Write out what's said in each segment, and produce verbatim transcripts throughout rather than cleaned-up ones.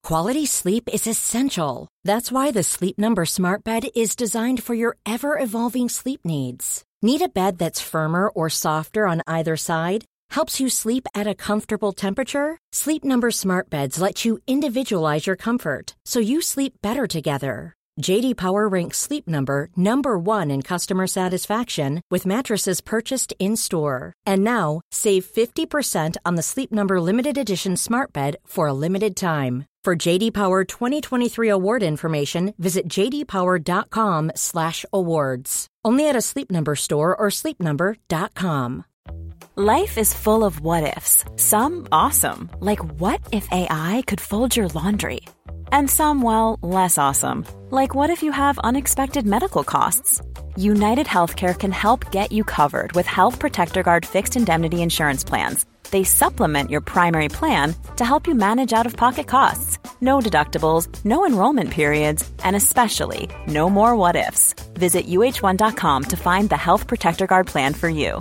Quality sleep is essential. That's why the Sleep Number Smart Bed is designed for your ever-evolving sleep needs. Need a bed that's firmer or softer on either side? Helps you sleep at a comfortable temperature? Sleep Number Smart Beds let you individualize your comfort, so you sleep better together. J D Power ranks Sleep Number number one in customer satisfaction with mattresses purchased in-store. And now, save fifty percent on the Sleep Number Limited Edition Smart Bed for a limited time. For J D Power twenty twenty-three award information, visit j d power dot com slash awards. Only at a Sleep Number store or sleep number dot com. Life is full of what-ifs. Some awesome, like what if A I could fold your laundry? And some, well, less awesome, like what if you have unexpected medical costs? United Healthcare can help get you covered with Health Protector Guard fixed indemnity insurance plans. They supplement your primary plan to help you manage out-of-pocket costs. No deductibles, no enrollment periods, and especially no more what-ifs. Visit u h one dot com to find the Health Protector Guard plan for you.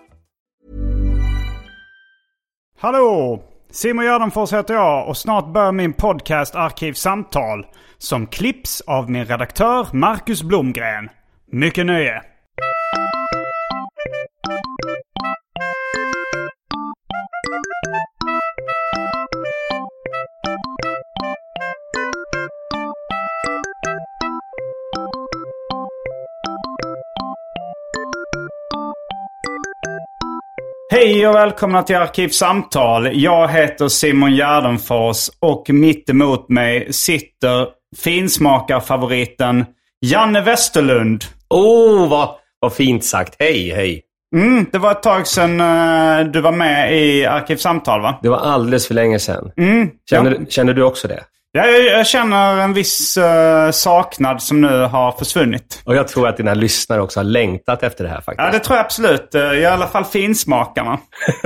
Hallå! Simon Gärdenfors heter jag och snart börjar min podcast Arkivsamtal som klipps av min redaktör Marcus Blomgren. Mycket nöje! Hej och välkomna till Arkivsamtal. Jag heter Simon Gärdenfors och mitt emot mig sitter finsmakarfavoriten Janne Westerlund. Åh, oh, vad, vad fint sagt. Hej, hej. Mm, det var ett tag sedan uh, du var med i Arkivsamtal, va? Det var alldeles för länge sedan. Mm, känner, ja. känner du också det? Ja, jag, jag känner en viss uh, saknad som nu har försvunnit. Och jag tror att dina lyssnare också har längtat efter det här faktiskt. Ja, det tror jag absolut. Uh, I alla fall finsmakarna.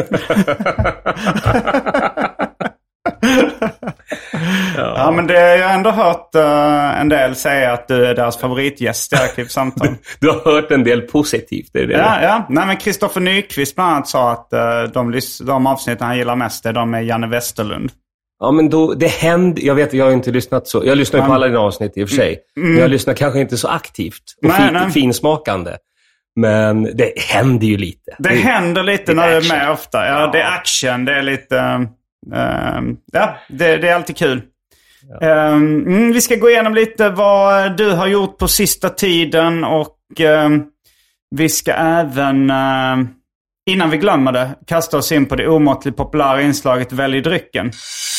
ja. ja, men det, jag har ändå hört uh, en del säga att du är deras favoritgäst i Arkivsamtal. Du har hört en del positivt, är det? Ja, ja. Nej, men Kristoffer Nyqvist bland annat sa att uh, de, de avsnitten han gillar mest är de med Janne Westerlund. Ja, men då, det händer, jag vet, jag har inte lyssnat så, jag lyssnar ju på alla dina avsnitt i och för sig, mm. men jag lyssnar kanske inte så aktivt och nej, fin, nej. finsmakande. Men det händer ju lite. Det, det händer lite när du är med ofta. Ja, ja, det är action, det är lite, uh, ja, det, det är alltid kul. Ja. Um, vi ska gå igenom lite vad du har gjort på sista tiden och um, vi ska även... Uh, Innan vi glömmer det, kasta oss in på det omåttligt populära inslaget Välj drycken.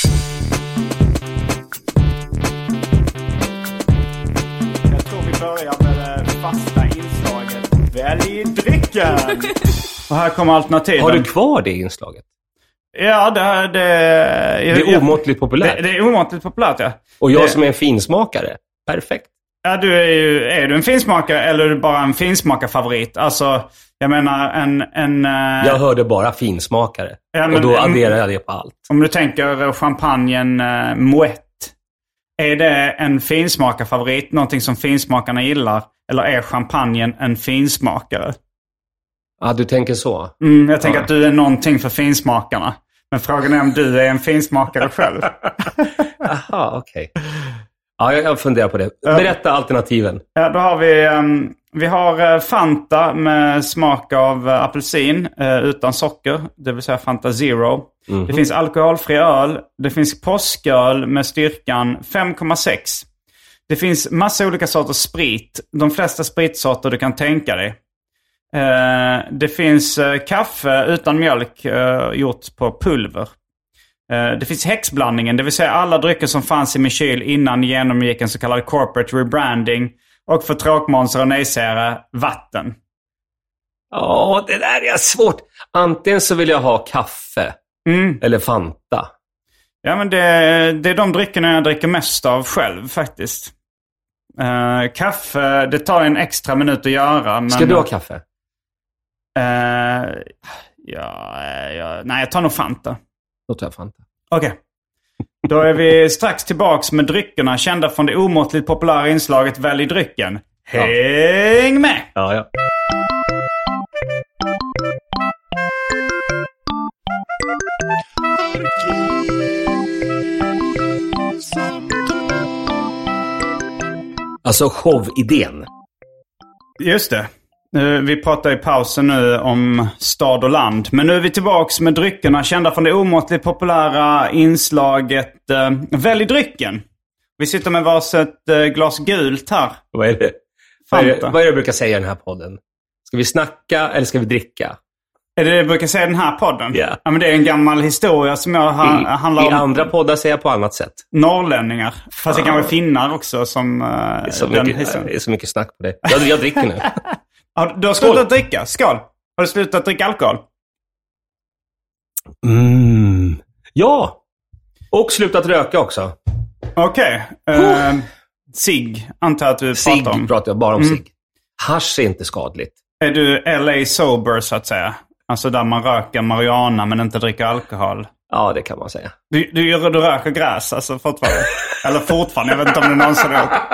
Jag tror vi börjar med det fasta inslaget Välj drycken. Och här kommer alternativen. Har du kvar det inslaget? Ja, det är... Det, det är omåttligt populärt. Det, det är omåttligt populärt, ja. Och jag det, som är en finsmakare, perfekt. Ja, du är ju... Är du en finsmakare eller är du bara en finsmakarfavorit? Alltså... Jag menar en... en jag hörde bara finsmakare. Ja, men, och då adderar jag det på allt. Om du tänker champagnen uh, Moët. Är det en finsmakarfavorit? Någonting som finsmakarna gillar? Eller är champagnen en finsmakare? Ja, du tänker så. Mm, jag tänker ja. att du är någonting för finsmakarna. Men frågan är om du är en finsmakare själv. Aha, okej. Okay. Ja, jag funderar på det. Berätta alternativen. Ja, då har vi... Um, Vi har Fanta med smak av apelsin eh, utan socker. Det vill säga Fanta Zero. Mm-hmm. Det finns alkoholfri öl. Det finns påsköl med styrkan fem komma sex. Det finns massa olika sorters sprit. De flesta spritsorter du kan tänka dig. Eh, det finns eh, kaffe utan mjölk eh, gjort på pulver. Eh, det finns häxblandningen. Det vill säga alla drycker som fanns i min kyl innan genomgick en så kallad corporate rebranding. Och för tråkmånsar och nejsägare, vatten. Ja, oh, det där är svårt. Antingen så vill jag ha kaffe. Mm. Eller Fanta. Ja, men det, det är de dryckerna jag dricker mest av själv faktiskt. Uh, kaffe, det tar en extra minut att göra. Men, ska du ha kaffe? Uh, ja, ja, nej, jag tar nog Fanta. Då tar jag Fanta. Okej. Okay. Då är vi strax tillbaks med dryckerna kända från det omåttligt populära inslaget Välj drycken. Häng med! Ja, ja. Alltså showidén. Just det. Vi pratar i pausen nu om stad och land. Men nu är vi tillbaks med dryckerna kända från det omåttligt populära inslaget äh, Välj drycken. Vi sitter med varsitt äh, glas gult här. Vad är det? Vad är det, vad är det jag brukar säga i den här podden? Ska vi snacka eller ska vi dricka? Är det det jag brukar säga i den här podden? Yeah. Ja, men det är en gammal historia som jag ha, I, handlar i om... I andra poddar säger jag på annat sätt. Norrlänningar. Fast det kan vara finnar också som... Äh, det, är så den mycket, det är så mycket snack på det. Jag, jag dricker nu. Ja, du har slutat dricka? Skål! Har du slutat dricka alkohol? Mm. Ja! Och slutat röka också. Okej. Okay. Uh, cigg, antar att du cigg pratar om. Cigg pratar jag bara om mm. cigg. Hasch är inte skadligt. Är du L A sober så att säga? Alltså där man röker marijuana men inte dricker alkohol? Ja, det kan man säga. Du, du, du röker gräs alltså fortfarande? Eller fortfarande, jag vet inte om det någonsin har gjort.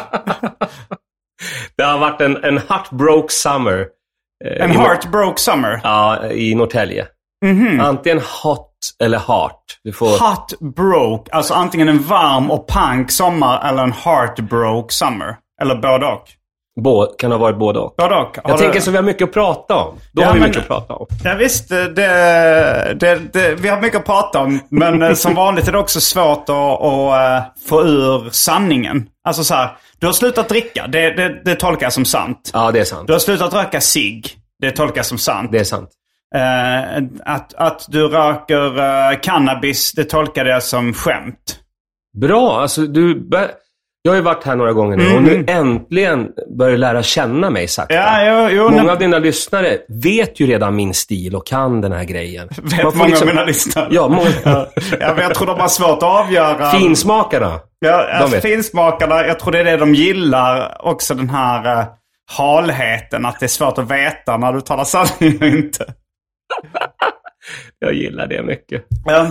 Det har varit en, en heartbroke summer. Eh, en heartbroke summer? Ja, i Norrtälje. Mm-hmm. Antingen hot eller heart. Du får... Heartbroke, alltså antingen en varm och punk sommar eller en heartbroke summer. Eller både och. Bå, kan ha varit både och. Både och. Jag tänker det... så vi har mycket att prata om. Då ja, har vi men, mycket att prata om. Ja visst, det, det, det, vi har mycket att prata om. Men som vanligt är det också svårt att, att få ur sanningen. Alltså så här, du har slutat dricka. Det, det, det tolkar jag som sant. Ja, det är sant. Du har slutat röka cigg. Det tolkar jag som sant. Det är sant. Uh, att, att du röker uh, cannabis, det tolkar jag som skämt. Bra, alltså du... Jag har ju varit här några gånger nu mm. och nu äntligen börjar lära känna mig sakta. Ja, jo, jo, många ne- av dina lyssnare vet ju redan min stil och kan den här grejen. Vet många liksom... av mina lyssnare? Ja, många. ja, men jag tror de har svårt att avgöra. Finsmakarna. Ja, alltså, finsmakarna, jag tror det är det de gillar. Också den här uh, halheten, att det är svårt att veta när du talar sanning och inte. Jag gillar det mycket. Ja.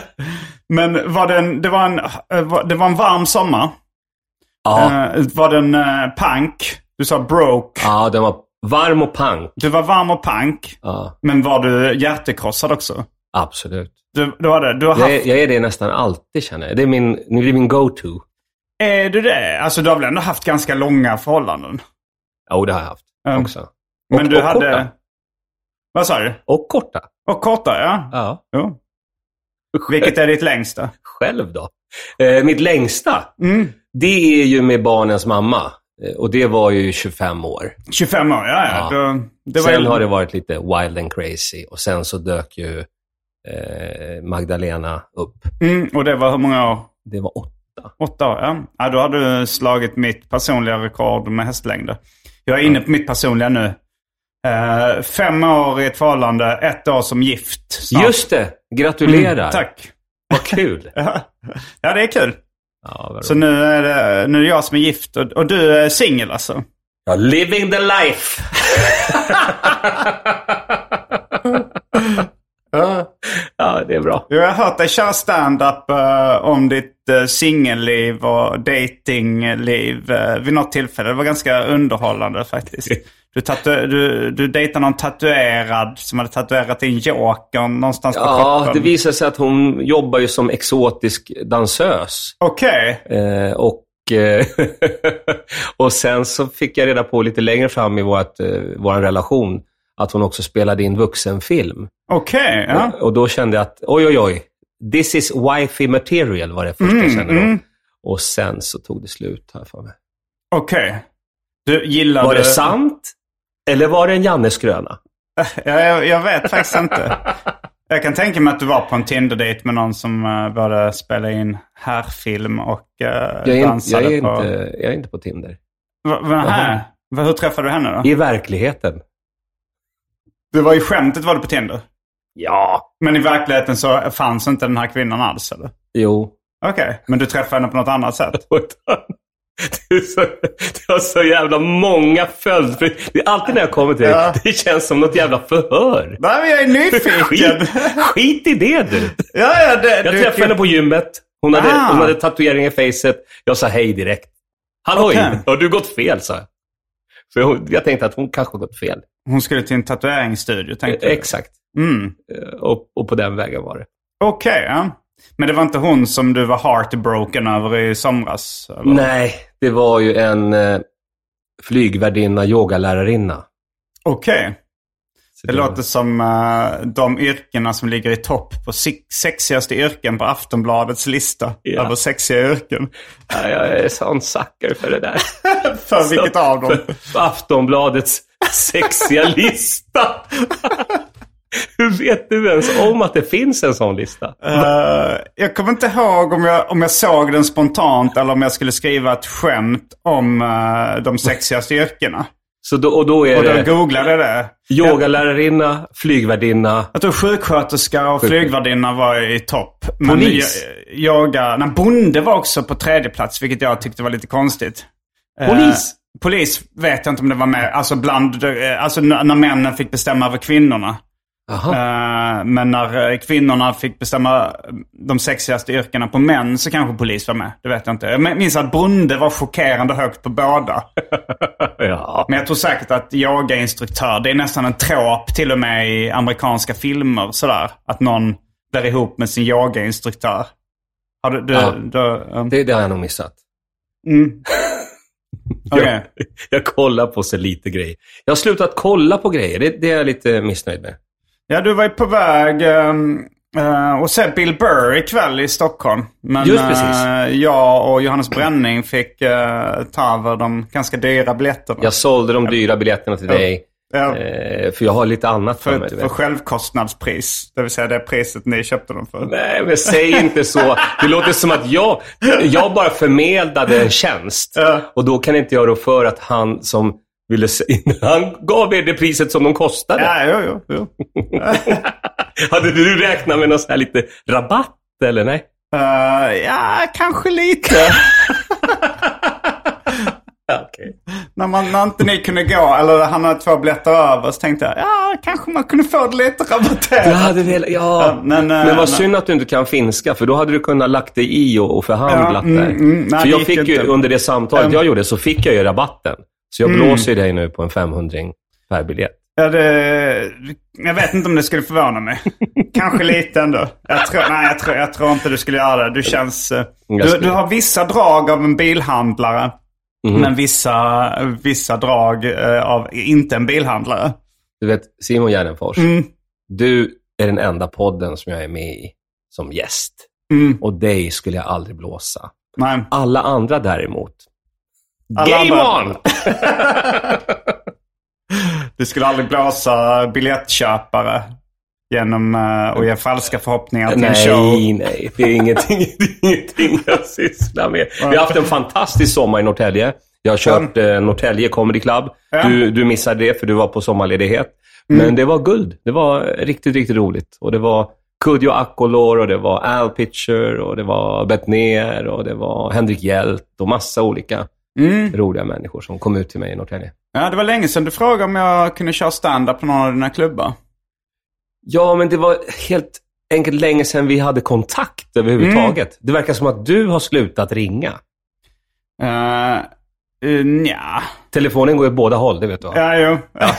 Men var det, en, det, var en, det var en varm sommar. Ja. Uh, var den uh, punk? Du sa broke. Ja, den var varm och punk. Du var varm och punk. Ja. Men var du hjärtekrossad också? Absolut. Du, du var det. Du har haft... jag, jag är det nästan alltid, känner jag. Det är min, det är min go-to. Är du det? Alltså du har väl ändå haft ganska långa förhållanden? Ja, det har jag haft um, också. Och, men du och hade... Korta. Vad sa du? Och korta. Och korta, ja. Ja. Jo. Vilket är ditt längsta? Själv då? Eh, mitt längsta? Mm. Det är ju med barnens mamma. Och det var ju tjugofem år. tjugofem år, ja. ja. ja. Då, det var sen ju... har det varit lite wild and crazy. Och sen så dök ju eh, Magdalena upp. Mm, och det var hur många år? Det var åtta. Åtta år, ja. ja. Då har du slagit mitt personliga rekord med hästlängder. Jag är inne på mitt personliga nu. Uh, fem år i ett förhållande, ett år som gift. Snart. Just det, gratulerar. Mm, tack. Vad kul. Ja, det är kul. Ja, så nu är, det, nu är det jag som är gift och, och du är singel alltså. Ja, living the life. Ja, det är bra. Jag har hört dig köra stand-up uh, om ditt uh, singelliv och datingliv uh, vid något tillfälle. Det var ganska underhållande faktiskt. Du, tatu- du, du dejtade någon tatuerad som hade tatuerat in joker någonstans på ja, kroppen. Det visar sig att hon jobbar ju som exotisk dansös. Okej. Okay. Eh, och, eh, och sen så fick jag reda på lite längre fram i vårt, eh, vår relation att hon också spelade in vuxenfilm. Okej, okay, ja. Och, och då kände jag att oj, oj, oj. This is wifey material var det första mm, jag kände då. Mm. Och sen så tog det slut här för mig. Okej. Okay. Du gillade... Var det sant? Eller var det en Jannes-skröna? Jag, jag, jag vet faktiskt inte. Jag kan tänka mig att du var på en Tinder-date med någon som uh, började spela in härfilm och uh, jag är dansade jag är på... Inte, jag är inte på Tinder. Va, va, här? Va, hur träffade du henne då? I verkligheten. Du var i skämtet var du på Tinder? Ja. Men i verkligheten så fanns inte den här kvinnan alls, eller? Jo. Okej, okay. Men du träffade henne på något annat sätt? Du, är så, du har så jävla många följder. Det är alltid när jag kommer till dig. Ja. Det känns som något jävla förhör. Nej, men jag är nyfiken. Skit, skit i det, du. Ja, ja, det, jag du, träffade du... henne på gymmet. Hon hade, hon hade tatuering i facet. Jag sa hej direkt. Halloj, okay. Har du gått fel, sa jag. För hon, jag tänkte att hon kanske gått fel. Hon skulle till en tatueringsstudio, tänkte du? Exakt. Mm. Och, och på den vägen var det. Okej, okay, ja. Men det var inte hon som du var heartbroken över i somras? Eller? Nej, det var ju en eh, flygvärdinna, yogalärarinna. Okej. Okay. Det, det låter var... som uh, de yrkena som ligger i topp på sexigaste yrken på Aftonbladets lista. Ja. Över sexiga yrken. Ja, jag är sån sucker för det där. För vilket så, av dem? För, för Aftonbladets sexiga lista. Hur vet du ens om att det finns en sån lista? Uh, jag kommer inte ihåg om jag, om jag såg den spontant eller om jag skulle skriva ett skämt om uh, de sexigaste yrkena. Så då, och då är och då det... googlade det. Yogalärarinna, flygvärdinna. Jag tror sjuksköterska och flygvärdinna var i topp. Polis? Men yoga... Nej, bonde var också på tredje plats, vilket jag tyckte var lite konstigt. Polis? Uh, polis vet jag inte om det var med. Alltså, bland, alltså när männen fick bestämma över kvinnorna. Uh, men när kvinnorna fick bestämma de sexigaste yrkena på män så kanske polis var med. Det vet jag inte. Jag minns att bonde var chockerande högt på båda. Ja. Men jag tror säkert att yogainstruktör, det är nästan en trop till och med i amerikanska filmer sådär. Att någon blir ihop med sin yogainstruktör. Har du, du, ja. du, um... det, det har jag nog missat. Mm. Okay. jag, jag kollar på så lite grejer. Jag har slutat kolla på grejer. Det, det är jag lite missnöjd med. Ja, du var ju på väg um, uh, och se Bill Burr ikväll i Stockholm. Men just precis. Uh, jag och Johannes Bränning fick uh, ta över de ganska dyra biljetterna. Jag sålde de dyra biljetterna till dig. Ja. Uh, för jag har lite annat för, för mig. För självkostnadspris. Det vill säga det priset ni köpte dem för. Nej, men säg inte så. Det låter som att jag, jag bara förmedlade en tjänst. Ja. Och då kan inte jag rå för att han som... Ville se, han gav er det priset som de kostade. Ja, jo, jo, jo. Hade du räknat med någon sån här lite rabatt, eller nej? Uh, ja, kanske lite. Okay. När, man, när inte ni kunde gå, eller han hade två biljetter över, så tänkte jag, ja, kanske man kunde få det lite rabatterat. Du hade väl, ja. Uh, men, uh, men vad synd att du inte kan finska, för då hade du kunnat lagt dig i och, och förhandlat ja, där. Mm, mm, nej, för jag fick ju, under det samtalet um, jag gjorde, så fick jag ju rabatten. Så jag mm. blåser dig nu på en femhundring per biljett. Ja, det, jag vet inte om det skulle förvåna mig. Kanske lite ändå. Jag tror, nej, jag tror, jag tror inte du skulle göra det. Du känns... Du, du har vissa drag av en bilhandlare. Mm. Men vissa, vissa drag eh, av inte en bilhandlare. Du vet, Simon Gärdenfors. Mm. Du är den enda podden som jag är med i som gäst. Mm. Och dig skulle jag aldrig blåsa. Nej. Alla andra däremot. Alla Game andra. on! Du skulle aldrig blåsa biljettköpare genom uh, att ge falska förhoppningar till nej, en show. Nej, nej. Det är ingenting, det är ingenting jag sysslar med. Vi har haft en fantastisk sommar i Norrtälje. Jag har kört mm. eh, Norrtälje Comedy Club. Ja. Du, du missade det för du var på sommarledighet. Mm. Men det var guld. Det var riktigt, riktigt roligt. Och det var Kodjo Akolor och det var Al Pitcher och det var Bettner och det var Henrik Hjält och massa olika mm. roliga människor som kom ut till mig i Norrtälje. Ja, det var länge sedan du frågade om jag kunde köra stand-up på någon av dina klubbar. Ja, men det var helt enkelt länge sedan vi hade kontakt överhuvudtaget. Mm. Det verkar som att du har slutat ringa. Uh, uh, nja. Telefonen går i båda håll, det vet du. Ja, jo. Ja.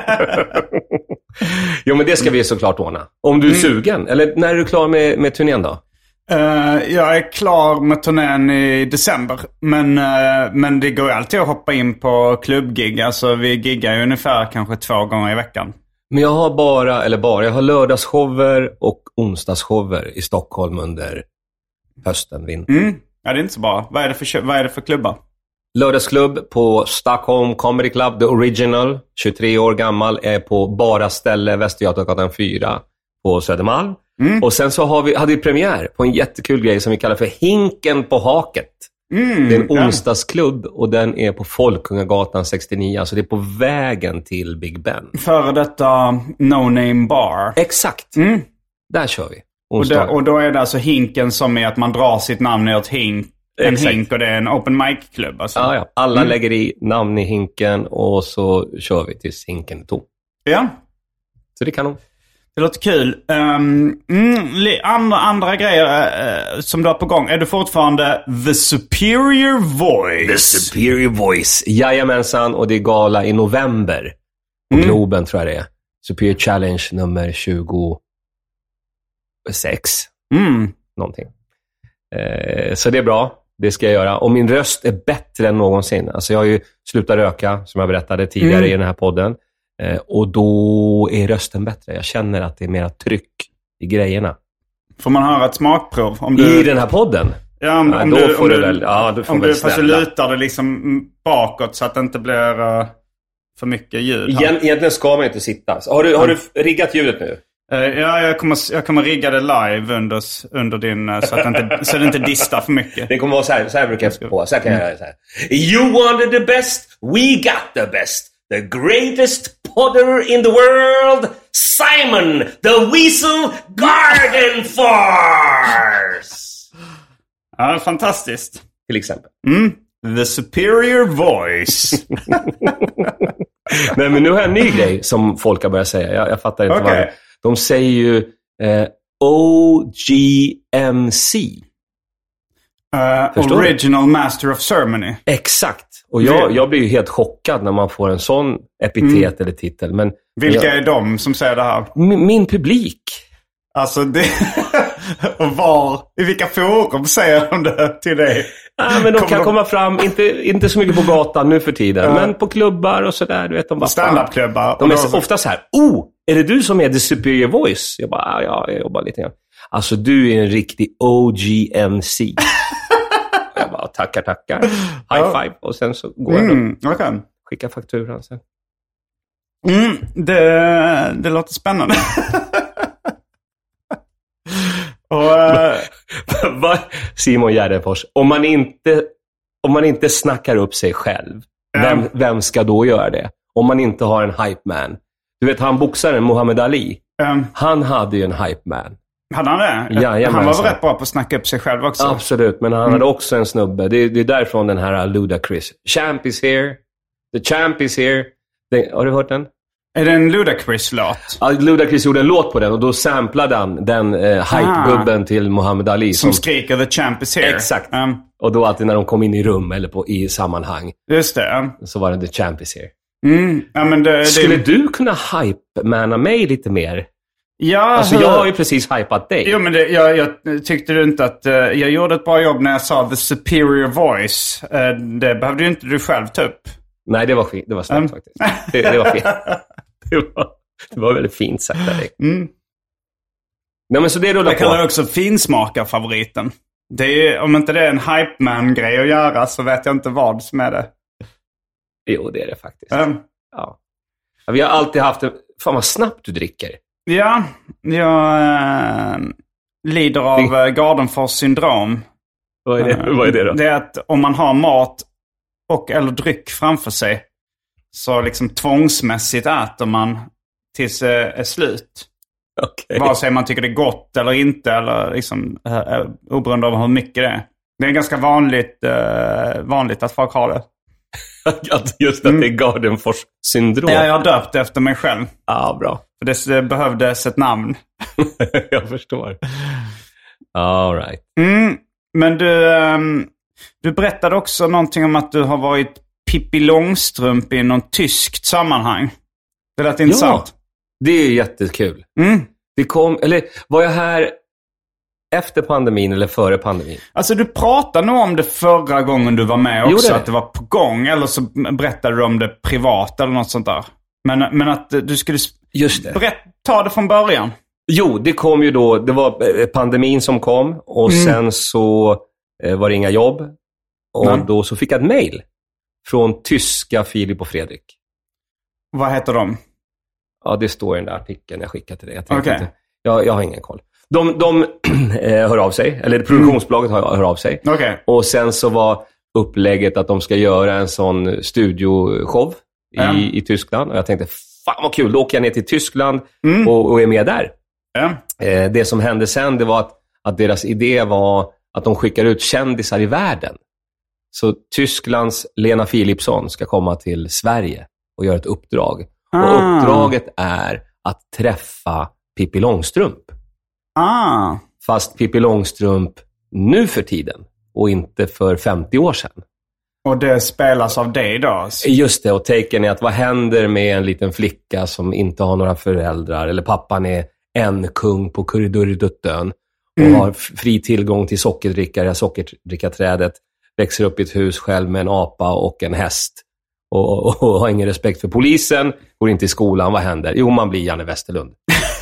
Jo, men det ska vi såklart ordna. Om du är mm. sugen. Eller när är du klar med, med turnén då? Uh, jag är klar med turnén i december. Men, uh, men det går alltid att hoppa in på klubbgig. Alltså vi giggar ju ungefär kanske två gånger i veckan. Men jag har bara, eller bara, jag har lördagsshower och onsdagsshower i Stockholm under hösten, vintern. Mm. Ja, det är inte så bra. Vad är det för, vad är det för klubbar? Lördagsklubb på Stockholm Comedy Club, The Original, tjugotre år gammal, är på bara ställe Västergötagatan fyra på Södermalm. Mm. Och sen så har vi, hade vi premiär på en jättekul grej som vi kallar för Hinken på haket. Mm, det är en onsdagsklubb och den är på Folkungagatan sextionio. Alltså det är på vägen till Big Ben. Före detta No Name Bar. Exakt. Mm. Där kör vi. Och, det, och då är det alltså hinken som är att man drar sitt namn i ett hink. En Exakt. Hink och det är en open mic-klubb. Alltså. Ja, ja. Alla mm. lägger i namn i hinken och så kör vi tills hinken är tom. Ja. Så det kan de. Det låter kul. Um, mm, andra, andra grejer uh, som du har på gång. Är du fortfarande The Superior Voice? The Superior Voice. Jajamensan, och det är gala i november. På mm. Globen tror jag det är. Superior Challenge nummer tjugosex. Mm. någonting. Eh, så det är bra. Det ska jag göra. Och min röst är bättre än någonsin. Alltså jag har ju slutat röka, som jag berättade tidigare mm. i den här podden. Eh, och då är rösten bättre. Jag känner att det är mera tryck i grejerna. Får man höra ett smakprov? Om du... I den här podden? Ja, om, ja om då du, får om du du väl... Ja, du får om väl du fast du lutar det liksom bakåt så att det inte blir uh, för mycket ljud. Egent, egentligen ska man inte sitta. Har du, har du riggat ljudet nu? Uh, ja, jag kommer, jag kommer rigga det live under, under din... Uh, så, att det inte, så det inte distar för mycket. Det kommer vara så här, så här brukar jag på. Så här kan jag göra så här. You wanted the best, we got the best. The greatest podder in the world, Simon the Weasel Gardenfors! Ja, fantastiskt. Till exempel. Mm. The superior voice. Nej, men nu har jag en ny grej som folk har börjat säga. Jag, jag fattar inte okay. vad. De säger ju eh, O G M C. Uh, original du? Master of Ceremony. Exakt. Och jag, jag blir ju helt chockad när man får en sån epitet mm. eller titel. Men vilka jag, är de som säger det här? Min, min publik. Alltså det... och var? I vilka forum säger de det till dig? Ja, men de Kom kan de... komma fram, inte, inte så mycket på gatan nu för tiden. Uh. Men på klubbar och sådär. Du vet, de bara, stand-up-klubbar. De är så, ofta så här. Oh, är det du som är the superior voice? Jag bara, ja, jag jobbar lite grann. Alltså du är en riktig O G M C. Jag bara, tackar, tackar. High five. Och sen så går mm, jag okay. Skicka fakturan sen. Mm, det, det låter spännande. och, uh... Simon Gärdenfors, om man inte om man inte snackar upp sig själv, vem, um, vem ska då göra det? Om man inte har en hype man. Du vet, han boxaren Muhammad Ali, um, han hade ju en hype man. Hade han det? Ja, han var väl rätt bra på att snacka upp sig själv också. Absolut, men han mm. hade också en snubbe. Det, det är därifrån den här Ludacris. Champ is here. The champ is here. Det, har du hört den? Är det en Ludacris-låt? Ja, Ludacris gjorde en låt på den och då samplade han den eh, hype-gubben till Muhammad Ali. Som, som skriker The champ is here. Exakt. Um, och då alltid när de kom in i rum eller på, i sammanhang. Just det. Um. Så var det The champ is here. Mm, ja, men det, Skulle det... du kunna hype-mana mig lite mer? Ja, alltså jag har ju precis hypat dig. Jo, men det, jag, jag tyckte du inte att... Uh, jag gjorde ett bra jobb när jag sa the superior voice. Uh, det behövde ju inte du själv ta upp. Nej, det var skit. Det var snabbt um. faktiskt. Det, det var fel. Det var, det var väldigt fint sagt av dig. Mm. Nej, men så det rullar jag på. Jag kallar också finsmakarfavoriten. Det är, om inte det är en hype man-grej att göra så vet jag inte vad som är det. Jo, det är det faktiskt. Um. Ja. Vi har alltid haft en... Fan vad snabbt du dricker. Ja, jag äh, lider av äh, Gardenfors syndrom. Vad är det? Äh, vad är det då? Det är att om man har mat och eller dryck framför sig så liksom tvångsmässigt äter man tills det är slut. Okay. Vare sig man tycker det är gott eller inte, eller liksom, äh, oberoende av hur mycket det är. Det är ganska vanligt, äh, vanligt att folk har det. Just att det är Gardenfors syndrom. Ja, jag har döpt efter mig själv. Ja, bra. För det, det behövdes ett namn. Jag förstår. All right. Mm, men du, um, du berättade också någonting om att du har varit Pippi Långstrump i någon tyskt sammanhang. Det lät intressant. Ja, det är jättekul. Mm. Det kom, eller var jag här efter pandemin eller före pandemin? Alltså du pratade nog om det förra gången du var med också, det. Att det var på gång. Eller så berättade du om det privat eller något sånt där. Men, men att du skulle Just det. Berätt, ta det från början. Jo, det kom ju då, det var pandemin som kom och mm. sen så eh, var det inga jobb. Och mm. då så fick jag ett mejl från tyska Filip och Fredrik. Vad heter de? Ja, det står i den där artikeln jag skickade till dig. Jag, okay. inte, jag, jag har ingen koll. De, de hör av sig, eller produktionsbolaget hör, hör av sig. Okay. Och sen så var upplägget att de ska göra en sån studioshow i, mm. i Tyskland. Och jag tänkte, fan vad kul, då åker jag ner till Tyskland mm. och, och är med där. Mm. Eh, det som hände sen, det var att, att deras idé var att de skickar ut kändisar i världen. Så Tysklands Lena Philipsson ska komma till Sverige och göra ett uppdrag. Ah. Och uppdraget är att träffa Pippi Långstrump. Ah. Fast Pippi Långstrump nu för tiden och inte för femtio år sedan. Och det spelas av dig då? Just det, och taken är att vad händer med en liten flicka som inte har några föräldrar, eller pappan är en kung på Kurridurriduttön och mm. har fri tillgång till sockerdrickare, sockerdrickarträdet, växer upp i ett hus själv med en apa och en häst och, och, och har ingen respekt för polisen, går inte i skolan, vad händer? Jo, man blir Janne Westerlund.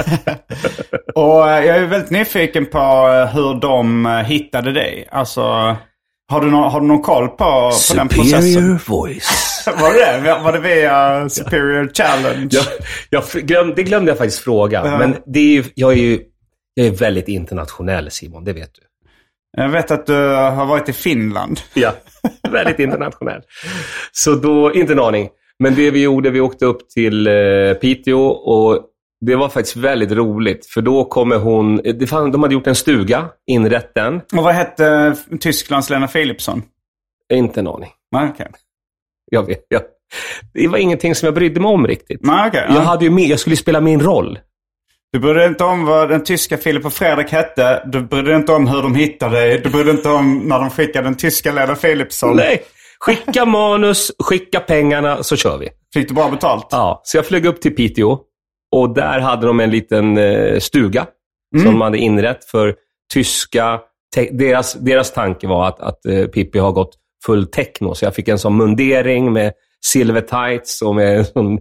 Och jag är väldigt nyfiken på hur de hittade dig. Alltså, har du, no- har du någon koll på, på den processen? Superior voice. Var det det? Var det via Superior Challenge? jag, jag glöm, det glömde jag faktiskt fråga. Uh-huh. Men det är ju, jag, är ju, jag är väldigt internationell, Simon, det vet du. Jag vet att du har varit i Finland. Ja, väldigt internationell. Så då, inte en aning. Men det vi gjorde, vi åkte upp till eh, Piteå och det var faktiskt väldigt roligt. För då kommer hon, det fann, de hade gjort en stuga, inrett den. Och vad hette Tysklands Lena Philipsson? Inte en aning. Nej, okej. Okay. Jag vet, jag, det var ingenting som jag brydde mig om riktigt. Nej, okay, jag, ja. hade ju med, jag skulle spela min roll. Du brydde inte om vad den tyska Filip och Fredrik hette. Du brydde inte om hur de hittade dig. Du brydde inte om när de skickade den tyska Lena Philipsson. Nej, skicka manus, skicka pengarna, så kör vi. Fick du bra betalt? Ja, så jag flög upp till Piteå. Och där hade de en liten eh, stuga mm. som de hade inrett för tyska. Te- deras, deras tanke var att, att eh, Pippi har gått full techno. Så jag fick en sån mundering med silver tights och med en sån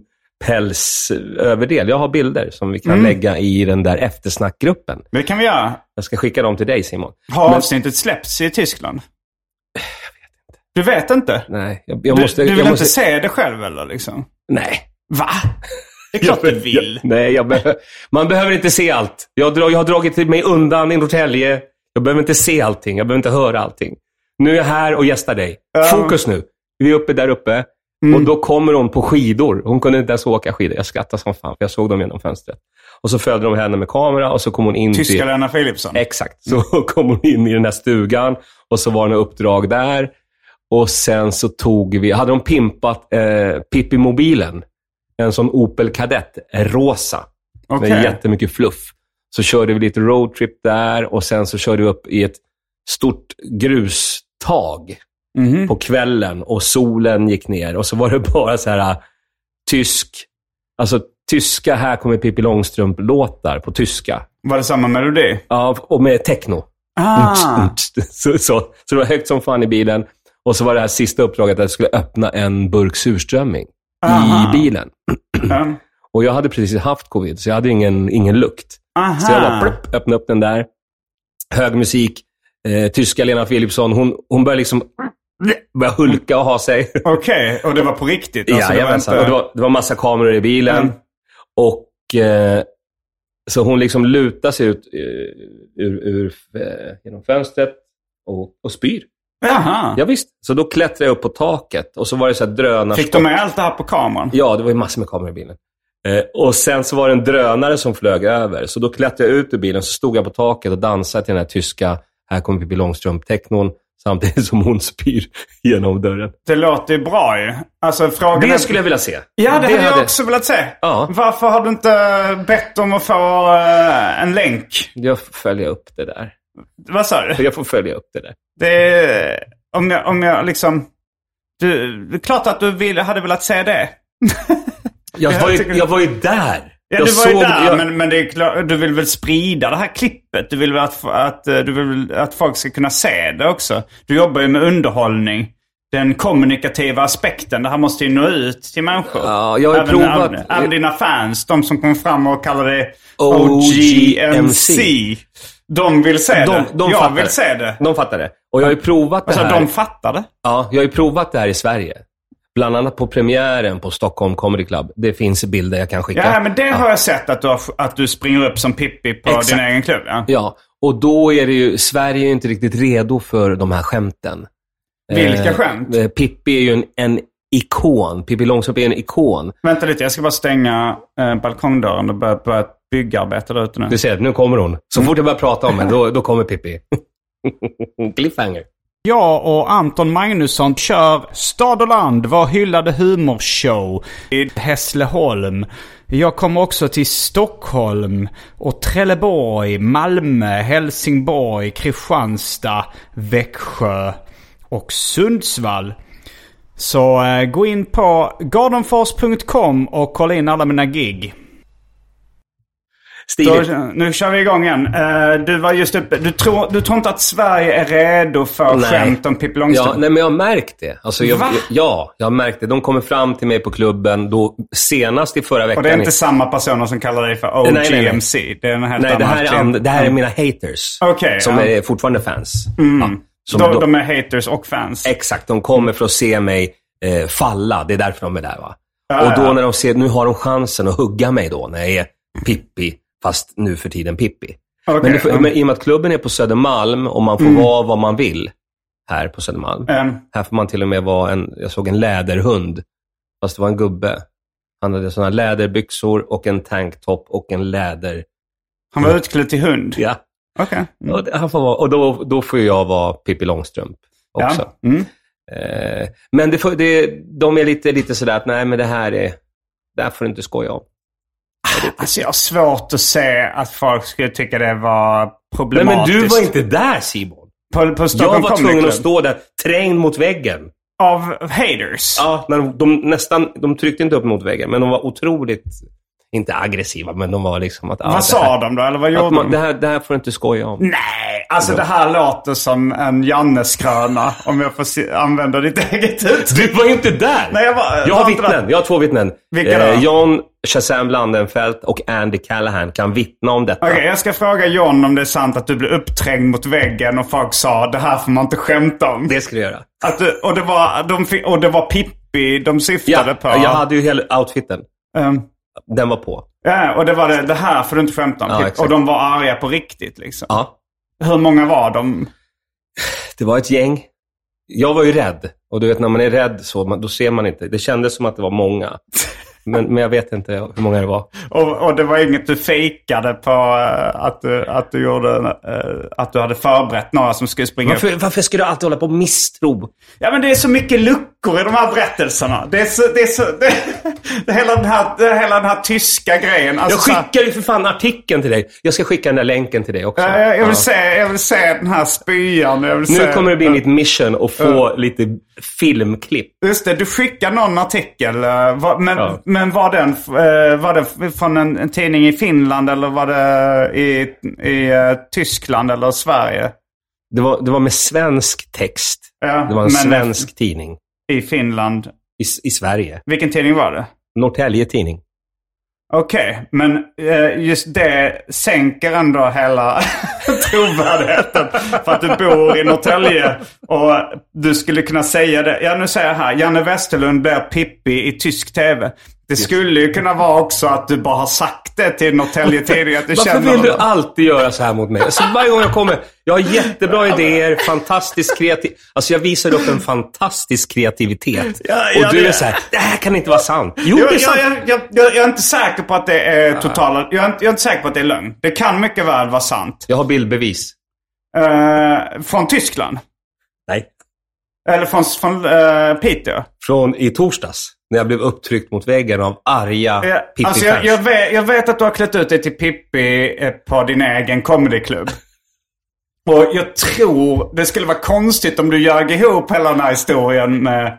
pälsöverdel. Jag har bilder som vi kan mm. lägga i den där eftersnackgruppen. Det kan vi göra. Jag ska skicka dem till dig, Simon. Har Men... avsnittet släppts i Tyskland? Jag vet inte. Du vet inte? Nej. Jag, jag måste, du, du vill jag inte måste... se det själv eller liksom? Nej. Va? Det är klart jag, du vill. Jag, nej, jag be- man behöver inte se allt. Jag, dra- jag har dragit mig undan i Norrtälje. Jag behöver inte se allting. Jag behöver inte höra allting. Nu är jag här och gästar dig. Uh. Fokus nu. Vi är uppe där uppe. Mm. Och då kommer hon på skidor. Hon kunde inte ens åka skidor. Jag skrattade som fan, för jag såg dem genom fönstret. Och så följde de henne med kamera och så kom hon in Tyska till... Lena Philipsson. Exakt. Så kom hon in i den här stugan. Och så var det en uppdrag där. Och sen så tog vi... Hade de pimpat eh, Pippi-mobilen. En sån Opel Kadett, rosa. Okay. Med jättemycket fluff. Så körde vi lite roadtrip där. Och sen så körde vi upp i ett stort grustag. Mm-hmm. På kvällen. Och solen gick ner. Och så var det bara så här tysk. Alltså tyska, här kommer Pippi Långstrump-låtar på tyska. Var det samma melodi? Ja, och med techno. Ah. Så, så, så det var högt som fan i bilen. Och så var det här sista uppdraget att jag skulle öppna en burk surströmming. Aha. I bilen. Mm. Och jag hade precis haft covid, så jag hade ingen, ingen lukt. Aha. Så jag bara plupp, öppnade upp den där. Hög musik. Eh, tyska Lena Philipsson, hon, hon började liksom började hulka och ha sig. Okej, okay. Och det var på riktigt? Alltså, ja, det var, inte... och det, var, det var massa kameror i bilen. Mm. Och eh, så hon liksom lutar sig ut uh, ur, ur, uh, genom fönstret och, och spyr. Jaha. Ja, visst. Så då klättrade jag upp på taket och så var det så här drönare. Fick de med allt det här på kameran? Ja, det var ju massor med kameror i bilen. Eh, och sen så var det en drönare som flög över. Så då klättrade jag ut ur bilen, så stod jag på taket och dansade till den här tyska Här kommer Pippi Långstrump-technon, samtidigt som hon spyr genom dörren. Det låter ju bra ju. Alltså, frågan det är... skulle jag vilja se. Ja, det, det hade jag hade... också velat se. Ja. Varför har du inte bett om att få uh, en länk? Jag får följa upp det där. Vad sa du? Jag får följa upp det där. Det är... Om jag, om jag liksom... Du, det är klart att du vill, hade velat se det. jag, var ju, jag var ju där. Ja, jag du var ju där, jag... men, men det är klart, du vill väl sprida det här klippet? Du vill väl att, att, du vill att folk ska kunna se det också? Du jobbar ju med underhållning. Den kommunikativa aspekten, det här måste ju nå ut till människor. Ja, jag har ju även, provat. Även, även dina fans, de som kommer fram och kallar det O G M C. De vill se de, det. De jag vill det. se det. De fattar det. Och jag har ju provat det alltså, här. de fattar det? Ja, jag har ju provat det här i Sverige. Bland annat på premiären på Stockholm Comedy Club. Det finns bilder jag kan skicka. Ja, men det ja. har jag sett att du, har, att du springer upp som Pippi på Exakt. din egen klubb. Ja. ja, och då är det ju... Sverige är inte riktigt redo för de här skämten. Vilka eh, skämt? Pippi är ju en, en ikon. Pippi Långstrump är en ikon. Vänta lite, jag ska bara stänga eh, balkongdörren och börja, börja byggarbeta där ute nu. Du ser, nu kommer hon. Så fort jag börjar prata om henne, då, då kommer Pippi. Cliffhanger. Jag och Anton Magnusson kör Stad och land, vår hyllade humorshow i Hässleholm. Jag kommer också till Stockholm och Trelleborg, Malmö, Helsingborg, Kristianstad, Växjö och Sundsvall. Så eh, gå in på gardenfors punkt com och kolla in alla mina gig. Då, nu kör vi igång igen. Uh, du var just uppe. Du tror, du tror inte att Sverige är redo för nej. skämt om Pippi Långstrump? Ja, nej, men jag har märkt det. Alltså, jag, jag, ja, jag har märkt det. De kommer fram till mig på klubben då, senast i förra veckan. Och det är inte samma personer som kallar dig för O G M C? Nej, nej, nej. Det är en helt nej, det här är, and, det här är mina haters. Okay, som ja. är fortfarande fans. Mm. Ja, som de, de är haters och fans. Exakt, de kommer för att se mig eh, falla. Det är därför de är där, va? Ja, och då ja. när de ser, nu har de chansen att hugga mig då när jag är Pippi. Fast nu för tiden Pippi. Okay, men, det, um. men i och med att klubben är på Södermalm och man får mm. vara vad man vill här på Södermalm. Um. Här får man till och med vara en, jag såg en läderhund. Fast det var en gubbe. Han hade sådana läderbyxor och en tanktop och en läder. Han var utklädd till hund? Ja. Okej. Okay. Mm. Och, han får vara, och då, då får jag vara Pippi Långstrump också. Ja. Mm. Eh, men det får, det, de är lite, lite sådär att nej men det här är, det här får du inte skoja om. Alltså jag har svårt att se att folk skulle tycka det var problematiskt. Nej, men du var inte där, Simon. På, på jag var tvungen att stå där, trängd mot väggen. Av haters? Ja, när de, de nästan, de tryckte inte upp mot väggen, men de var otroligt, inte aggressiva, men de var liksom att... Vad ah, sa här, de då, eller vad gjorde man, de? Det här, det här får du inte skoja om. Nej, alltså det här låter som en Janneskröna, om jag får se, använda ditt eget uttryck. Du var inte där! Nej, jag, var, jag har vittnen, jag har två vittnen. Vilka eh, John Shazam Landenfelt och Andy Callahan kan vittna om detta. Okej, okay, jag ska fråga John om det är sant att du blev uppträngd mot väggen och folk sa det här får man inte skämta om. Det skulle jag göra. Att du, och, det var, de fick, och det var Pippi de syftade ja, på. Jag hade ju hela outfiten. Um, Den var på. Ja, och det var det, det här får du inte skämta om. Ja, och de var arga på riktigt liksom. Ja. Hur många var de? Det var ett gäng. Jag var ju rädd. Och du vet, när man är rädd så, då ser man inte. Det kändes som att det var många. Men, men jag vet inte hur många det var. Och, och det var inget du fejkade på uh, att, du, att du gjorde uh, att du hade förberett några som skulle springa varför, upp. Varför ska du alltid hålla på och misstro? Ja, men det är så mycket luckor i de här berättelserna. Det är så... Det är så det, det, hela, den här, det, hela den här tyska grejen. Alltså, jag skickar ju för fan artikeln till dig. Jag ska skicka den där länken till dig också. Uh, jag, vill ja. se, jag vill se den här spyan. Jag vill nu se, kommer det bli uh, mitt mission att få uh, lite filmklipp. Just det, du skickar någon artikel. Uh, va, men, ja. men var den... Var det från en, en tidning i Finland eller var det i, i uh, Tyskland eller Sverige? Det var, det var med svensk text. Ja, det var en svensk f- tidning. I Finland? I, I Sverige. Vilken tidning var det? Norrtälje tidning. Okej, okay, men uh, just det sänker ändå hela trovärdigheten för att du bor i Norrtälje och du skulle kunna säga det. Ja, nu säger jag här, Janne Westerlund blir Pippi i tysk tv. Det skulle ju kunna vara också att du bara har sagt det till Norrtälje tidning att du varför känner vill honom? Du alltid göra så här mot mig? Alltså, varje gång jag kommer, jag har jättebra idéer, fantastisk kreativ. Alltså jag visar upp en fantastisk kreativitet. Ja, ja, och du är så här, det här kan inte vara sant. Jo, jag, det är sant. Jag, jag, jag, jag är inte säker på att det är totala, jag är, inte, jag är inte säker på att det är lögn. Det kan mycket väl vara sant. Jag har bildbevis. Uh, från Tyskland? Nej. Eller från, från uh, Peter? Från i torsdags. När jag blev upptryckt mot väggen av arga ja, Pippi-fans. Alltså jag, jag, vet, jag vet att du har klätt ut dig till Pippi på din egen comedyklubb. Och jag tror det skulle vara konstigt om du ljög ihop hela den här historien med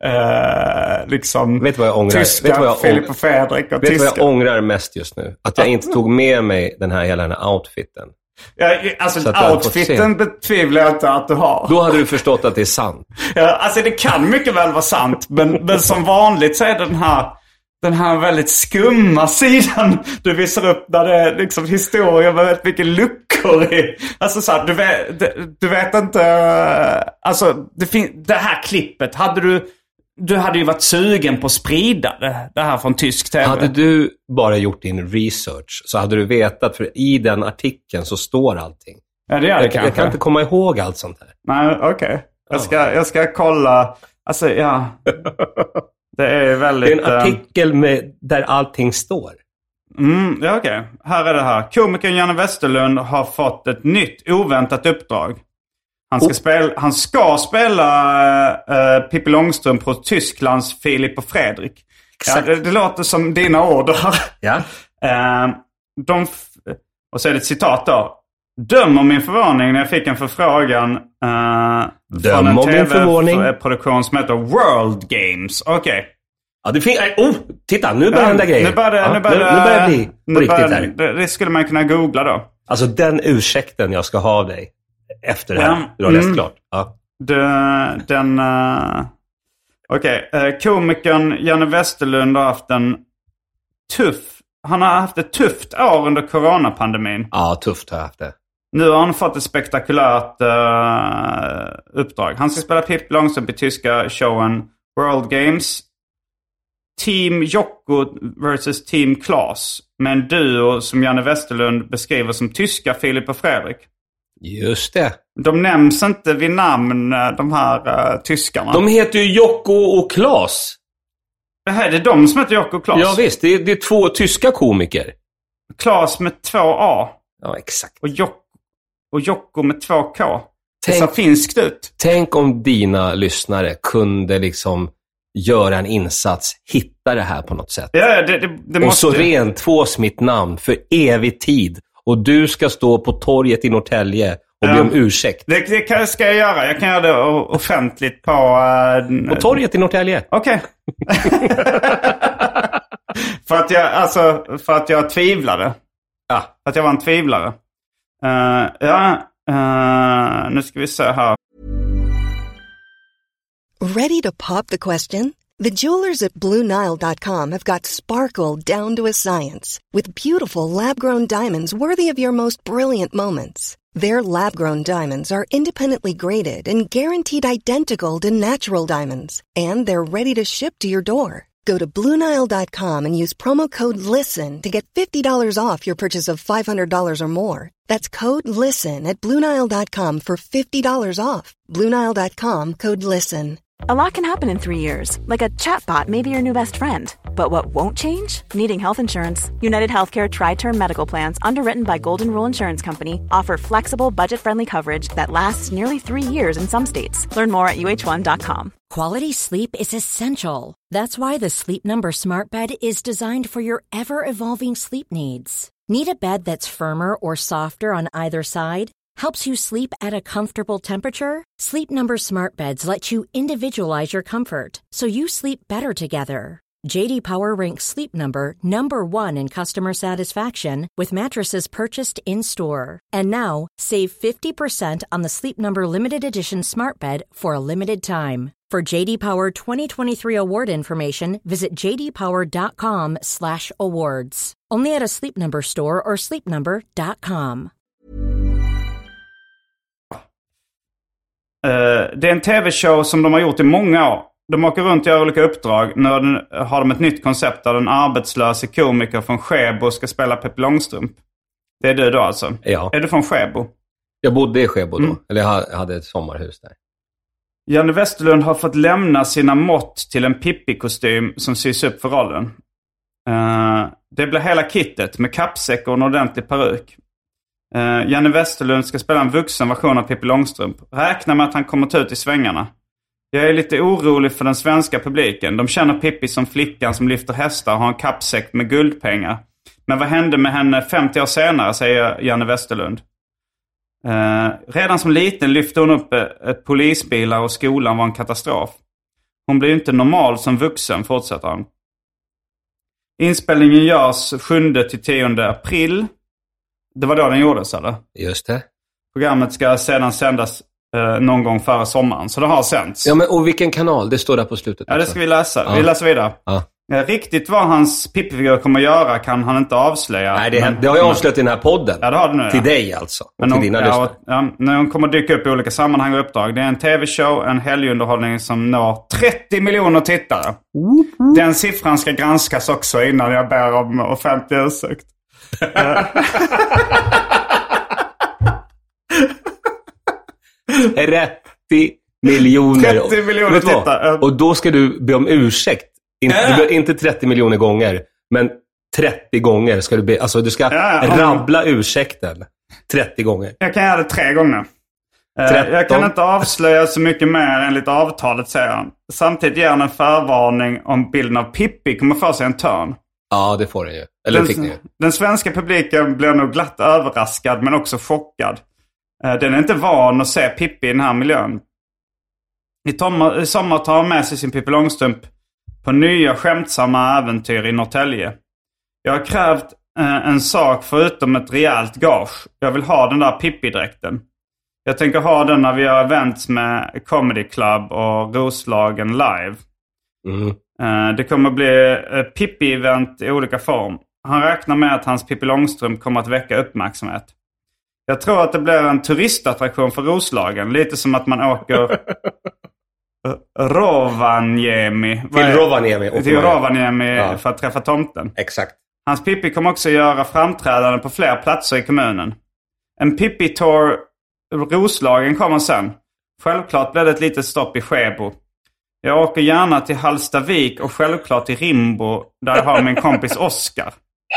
uh, liksom vet vad jag ångrar? tyska, vet vad jag Filip och Fredrik och vet tyska. Vad jag ångrar mest just nu? Att jag inte tog med mig den här hela den här outfiten. Ja, alltså outfiten betvivlar jag inte att du har. Då hade du förstått att det är sant. Ja, alltså det kan mycket väl vara sant. Men, men som vanligt så är den här, den här väldigt skumma sidan du visar upp där det är liksom historia med väldigt mycket luckor i. Alltså så här, du vet, du vet inte... Alltså det, fin- det här klippet, hade du... Du hade ju varit sugen på att sprida det, det här från tysk tv. Hade du bara gjort din research så hade du vetat, för i den artikeln så står allting. Ja, det gör det jag, kanske. Jag kan inte komma ihåg allt sånt här. Nej, okej. Okay. Jag, ska, jag ska kolla. Alltså, ja. Det är väldigt... Det är en artikel med, där allting står. Mm, ja, okej. Okay. Här är det här. Komikern Janne Westerlund har fått ett nytt oväntat uppdrag. Han ska, oh. spela, han ska spela uh, Pippi Långstrump på Tysklands Filip och Fredrik. Ja, det, det låter som dina ord. Ja. uh, de f- och så är det ett citat då. Döm om min förvåning när jag fick en förfrågan uh, Döm från en tv-produktion som heter World Games. Okej. Okay. Ja, det finns... Oh, titta, nu börjar ja, hända grejer. Nu börjar det, ja, nu börjar, nu, nu börjar det bli på riktigt börjar, här. Det, det skulle man kunna googla då. Alltså den ursäkten jag ska ha av dig efter det här. Ja, du har mm, läst klart. Ja. Det, den... Uh, Okej, okay. uh, komikern Janne Westerlund har haft en tuff... Han har haft ett tufft år under coronapandemin. Ja, tufft har jag haft det. Nu har han fått ett spektakulärt uh, uppdrag. Han ska spela Pippi Långstrump i tyska showen World Games. Team Jocko versus Team Klas. Med en duo som Janne Westerlund beskriver som tyska Filip och Fredrik. Just det. De nämns inte vid namn, de här uh, tyskarna. De heter ju Jocko och Klas. Det här är det de som heter Jocko och Klas? Ja visst, det är, det är två tyska komiker. Klas med två A. Ja, exakt. Och Jocko, och Jocko med två K. Tänk, det ser finskt ut. Tänk om dina lyssnare kunde liksom göra en insats, hitta det här på något sätt. Ja, det, det, det och måste... så rentvås mitt namn för evig tid. Och du ska stå på torget i Norrtälje och ja. be om ursäkt. Det, det ska jag göra. Jag kan göra det offentligt på... Uh, på torget i Norrtälje. Okej. Okay. för, att jag, alltså, för att jag tvivlade. Ja. För att jag var en tvivlare. Uh, ja, uh, nu ska vi se här. Ready to pop the question? The jewelers at Blue Nile dot com have got sparkle down to a science with beautiful lab-grown diamonds worthy of your most brilliant moments. Their lab-grown diamonds are independently graded and guaranteed identical to natural diamonds, and they're ready to ship to your door. Go to Blue Nile dot com and use promo code LISTEN to get fifty dollars off your purchase of five hundred dollars or more. That's code LISTEN at Blue Nile dot com for fifty dollars off. Blue Nile dot com, code LISTEN. A lot can happen in three years, like a chatbot may be your new best friend. But what won't change? Needing health insurance. United Healthcare Tri-Term Medical Plans, underwritten by Golden Rule Insurance Company, offer flexible, budget-friendly coverage that lasts nearly three years in some states. Learn more at U H one dot com. Quality sleep is essential. That's why the Sleep Number Smart Bed is designed for your ever-evolving sleep needs. Need a bed that's firmer or softer on either side? Helps you sleep at a comfortable temperature? Sleep Number Smart Beds let you individualize your comfort, so you sleep better together. J D Power ranks Sleep Number number one in customer satisfaction with mattresses purchased in-store. And now, save fifty percent on the Sleep Number Limited Edition Smart Bed for a limited time. For J D Power twenty twenty-three award information, visit j d power dot com slash awards. Only at a Sleep Number store or sleep number dot com. Uh, det är en tv-show som de har gjort i många år. De åker runt och gör olika uppdrag. Nu har de ett nytt koncept där den arbetslösa komiker från Skebo ska spela Pippi Långstrump. Det är du då alltså? Ja. Är du från Skebo? Jag bodde i Skebo då. Mm. Eller jag hade ett sommarhus där. Janne Westerlund har fått lämna sina mått till en Pippi-kostym som sys upp för rollen. Uh, det blir hela kittet med kappsäck och en ordentlig peruk. Uh, Janne Westerlund ska spela en vuxen version av Pippi Långstrump. Räkna med att han kommer ta ut i svängarna. Jag är lite orolig för den svenska publiken. De känner Pippi som flickan som lyfter hästar och har en kappsäck med guldpengar. Men vad hände med henne femtio år senare, säger Janne Westerlund. Uh, redan som liten lyfte hon upp ett polisbilar och skolan var en katastrof. Hon blir inte normal som vuxen, fortsätter han. Inspelningen görs sjunde till tionde april. Det var då den gjordes, eller? Just det. Programmet ska sedan sändas eh, någon gång före sommaren. Så det har sänts. Ja, men och vilken kanal? Det står där på slutet. Ja, det ska vi läsa. Ja. Vi läser vidare. Ja. Eh, riktigt vad hans Pippi-figur kommer göra kan han inte avslöja. Nej, det, men, det har jag avslöjat i den här podden. Ja, det har du nu. Till ja. dig alltså. Och men till hon, dina ja, lyssnare. ja, när hon kommer dyka upp i olika sammanhang och uppdrag. Det är en tv-show, en helgunderhållning som når trettio miljoner tittare. Mm-hmm. Den siffran ska granskas också innan jag ber om offentlig ursäkt. trettio miljoner. trettio miljoner tittare. Och då ska du be om ursäkt. Inte, äh. inte trettio miljoner gånger, men trettio gånger ska du be. Alltså du ska äh, rabbla ursäkten trettio gånger. Jag kan göra det tre gånger. tretton. Jag kan inte avslöja så mycket mer enligt avtalet, säger han. Samtidigt ger han en förvarning om bilden av Pippi kommer få sig en törn. Ja, det får den ju. Eller den, fick den ju. Den svenska publiken blir nog glatt överraskad men också chockad. Den är inte van att se Pippi i den här miljön. I, tomma, i sommar tar han med sig sin Pippi Långstrump på nya skämtsamma äventyr i Norrtälje. Jag har krävt eh, en sak förutom ett rejält gage. Jag vill ha den där Pippi-dräkten. Jag tänker ha den när vi gör events med Comedy Club och Roslagen live. Mm. Eh, det kommer bli eh, Pippi-event i olika form. Han räknar med att hans Pippi Långstrump kommer att väcka uppmärksamhet. Jag tror att det blir en turistattraktion för Roslagen. Lite som att man åker Rovaniemi. Till Rovaniemi. Till Rovaniemi ja. för att träffa tomten. Exakt. Hans Pippi kommer också göra framträdanden på fler platser i kommunen. En Pippi-tour Roslagen kommer sen. Självklart blir det ett litet stopp i Skebo. Jag åker gärna till Hallstavik och självklart till Rimbo där jag har min kompis Oskar.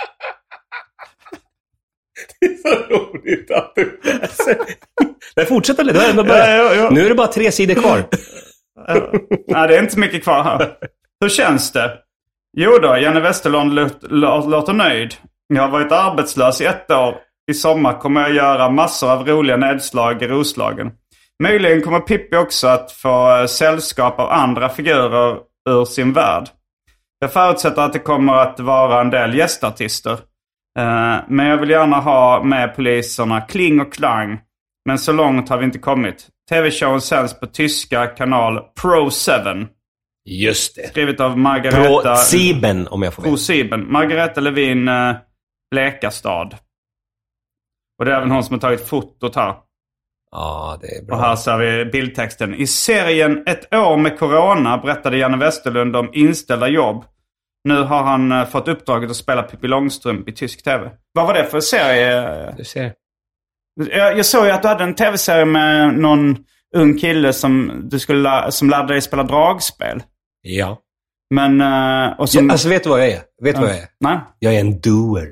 Det är så roligt att du... Nej, fortsätt lite. Ändå ja, ja, ja. Nu är det bara tre sidor kvar. Nej, det är inte mycket kvar här. Hur känns det? Jo då, Janne Westerlund låter nöjd. Jag har varit arbetslös i ett år. I sommar kommer jag göra massor av roliga nedslag i Roslagen. Möjligen kommer Pippi också att få sällskap av andra figurer ur sin värld. Jag förutsätter att det kommer att vara en del gästartister. Uh, men jag vill gärna ha med poliserna Kling och Klang. Men så långt har vi inte kommit. Tv-showen sänds på tyska kanal Pro sju. Just det. Skrivet av Margareta... Pro sieben, om jag får Pro sieben. Margareta Levin uh, Blekastad. Och det är även hon som har tagit fotot här. Ja, det är bra. Och här ser vi bildtexten. I serien Ett år med corona berättade Janne Westerlund om inställda jobb. Nu har han uh, fått uppdraget att spela Pippi Långstrump i tysk tv. Vad var det för serie? Du ser. Jag, jag såg ju att du hade en tv-serie med någon ung kille som, du skulle, som lärde dig spela dragspel. Ja. Men... Uh, och som... ja, alltså vet du vad jag är? Vet du uh, vad jag är? Nej. Jag är en doer.